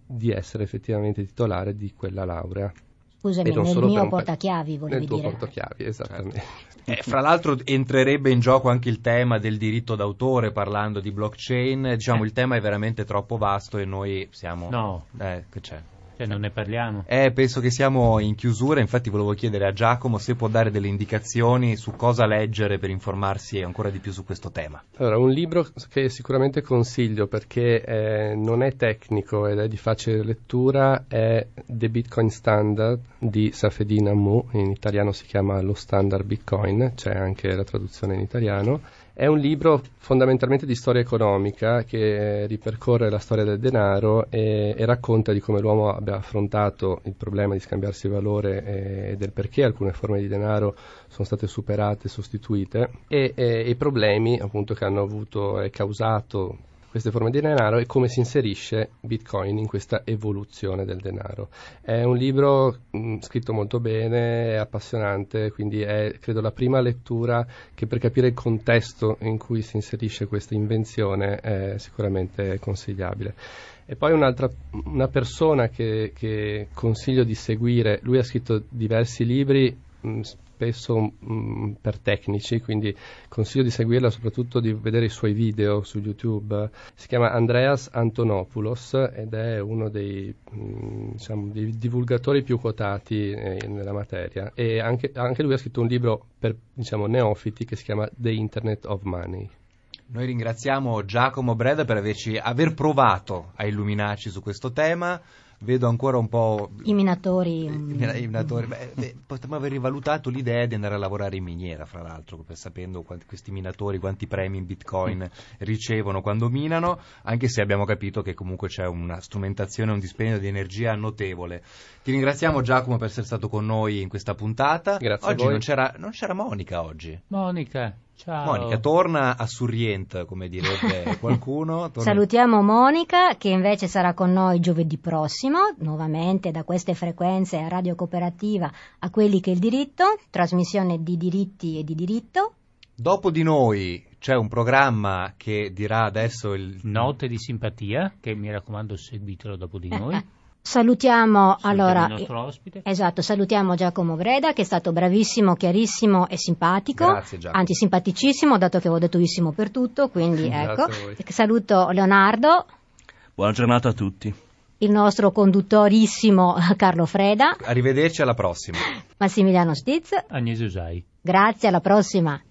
di essere effettivamente titolare di quella laurea. Scusami, nel mio portachiavi volevi dire? Nel tuo dire. portachiavi, esattamente. Eh, fra l'altro entrerebbe in gioco anche il tema del diritto d'autore parlando di blockchain, diciamo Eh. il tema è veramente troppo vasto e noi siamo... No. Eh, che c'è? Cioè non ne parliamo. Eh, penso che siamo in chiusura, infatti volevo chiedere a Giacomo se può dare delle indicazioni su cosa leggere per informarsi ancora di più su questo tema. Allora, un libro che sicuramente consiglio perché eh, non è tecnico ed è di facile lettura è The Bitcoin Standard di Safedin Ammou, in italiano si chiama Lo Standard Bitcoin, c'è anche la traduzione in italiano. È un libro fondamentalmente di storia economica che ripercorre la storia del denaro e, e racconta di come l'uomo abbia affrontato il problema di scambiarsi valore e del perché alcune forme di denaro sono state superate e sostituite e, e i problemi appunto che hanno avuto e causato queste forme di denaro e come si inserisce Bitcoin in questa evoluzione del denaro. È un libro mh, scritto molto bene, è appassionante, quindi è credo la prima lettura che per capire il contesto in cui si inserisce questa invenzione è sicuramente consigliabile. E poi un'altra una persona che, che consiglio di seguire, lui ha scritto diversi libri, mh, spesso mh, per tecnici, quindi consiglio di seguirla, soprattutto di vedere i suoi video su YouTube. Si chiama Andreas Antonopoulos ed è uno dei, mh, diciamo, dei divulgatori più quotati eh, nella materia e anche, anche lui ha scritto un libro per diciamo, neofiti che si chiama The Internet of Money. Noi ringraziamo Giacomo Breda per averci, aver provato a illuminarci su questo tema. Vedo ancora un po'... I minatori. I minatori beh, beh, potremmo aver rivalutato l'idea di andare a lavorare in miniera, fra l'altro, per sapendo quanti, questi minatori, quanti premi in Bitcoin ricevono quando minano, anche se abbiamo capito che comunque c'è una strumentazione, un dispendio di energia notevole. Ti ringraziamo Giacomo per essere stato con noi in questa puntata. Grazie oggi a voi. Non c'era, non c'era Monica oggi. Monica, ciao. Monica, torna a Surrient, come direbbe qualcuno. Torna... Salutiamo Monica, che invece sarà con noi giovedì prossimo, nuovamente da queste frequenze a Radio Cooperativa a Quelli che è il diritto, trasmissione di diritti e di diritto. Dopo di noi c'è un programma che dirà adesso il... Note di simpatia, che mi raccomando seguitelo dopo di noi. Salutiamo allora il nostro ospite. Esatto, salutiamo Giacomo Breda che è stato bravissimo, chiarissimo e simpatico. Grazie, Giacomo. Anzi simpaticissimo, dato che avevo detto issimo per tutto, quindi ecco. Saluto Leonardo. Buona giornata a tutti. Il nostro conduttorissimo Carlo Freda. Arrivederci alla prossima. Massimiliano Stiz. Agnese Usai. Grazie, alla prossima.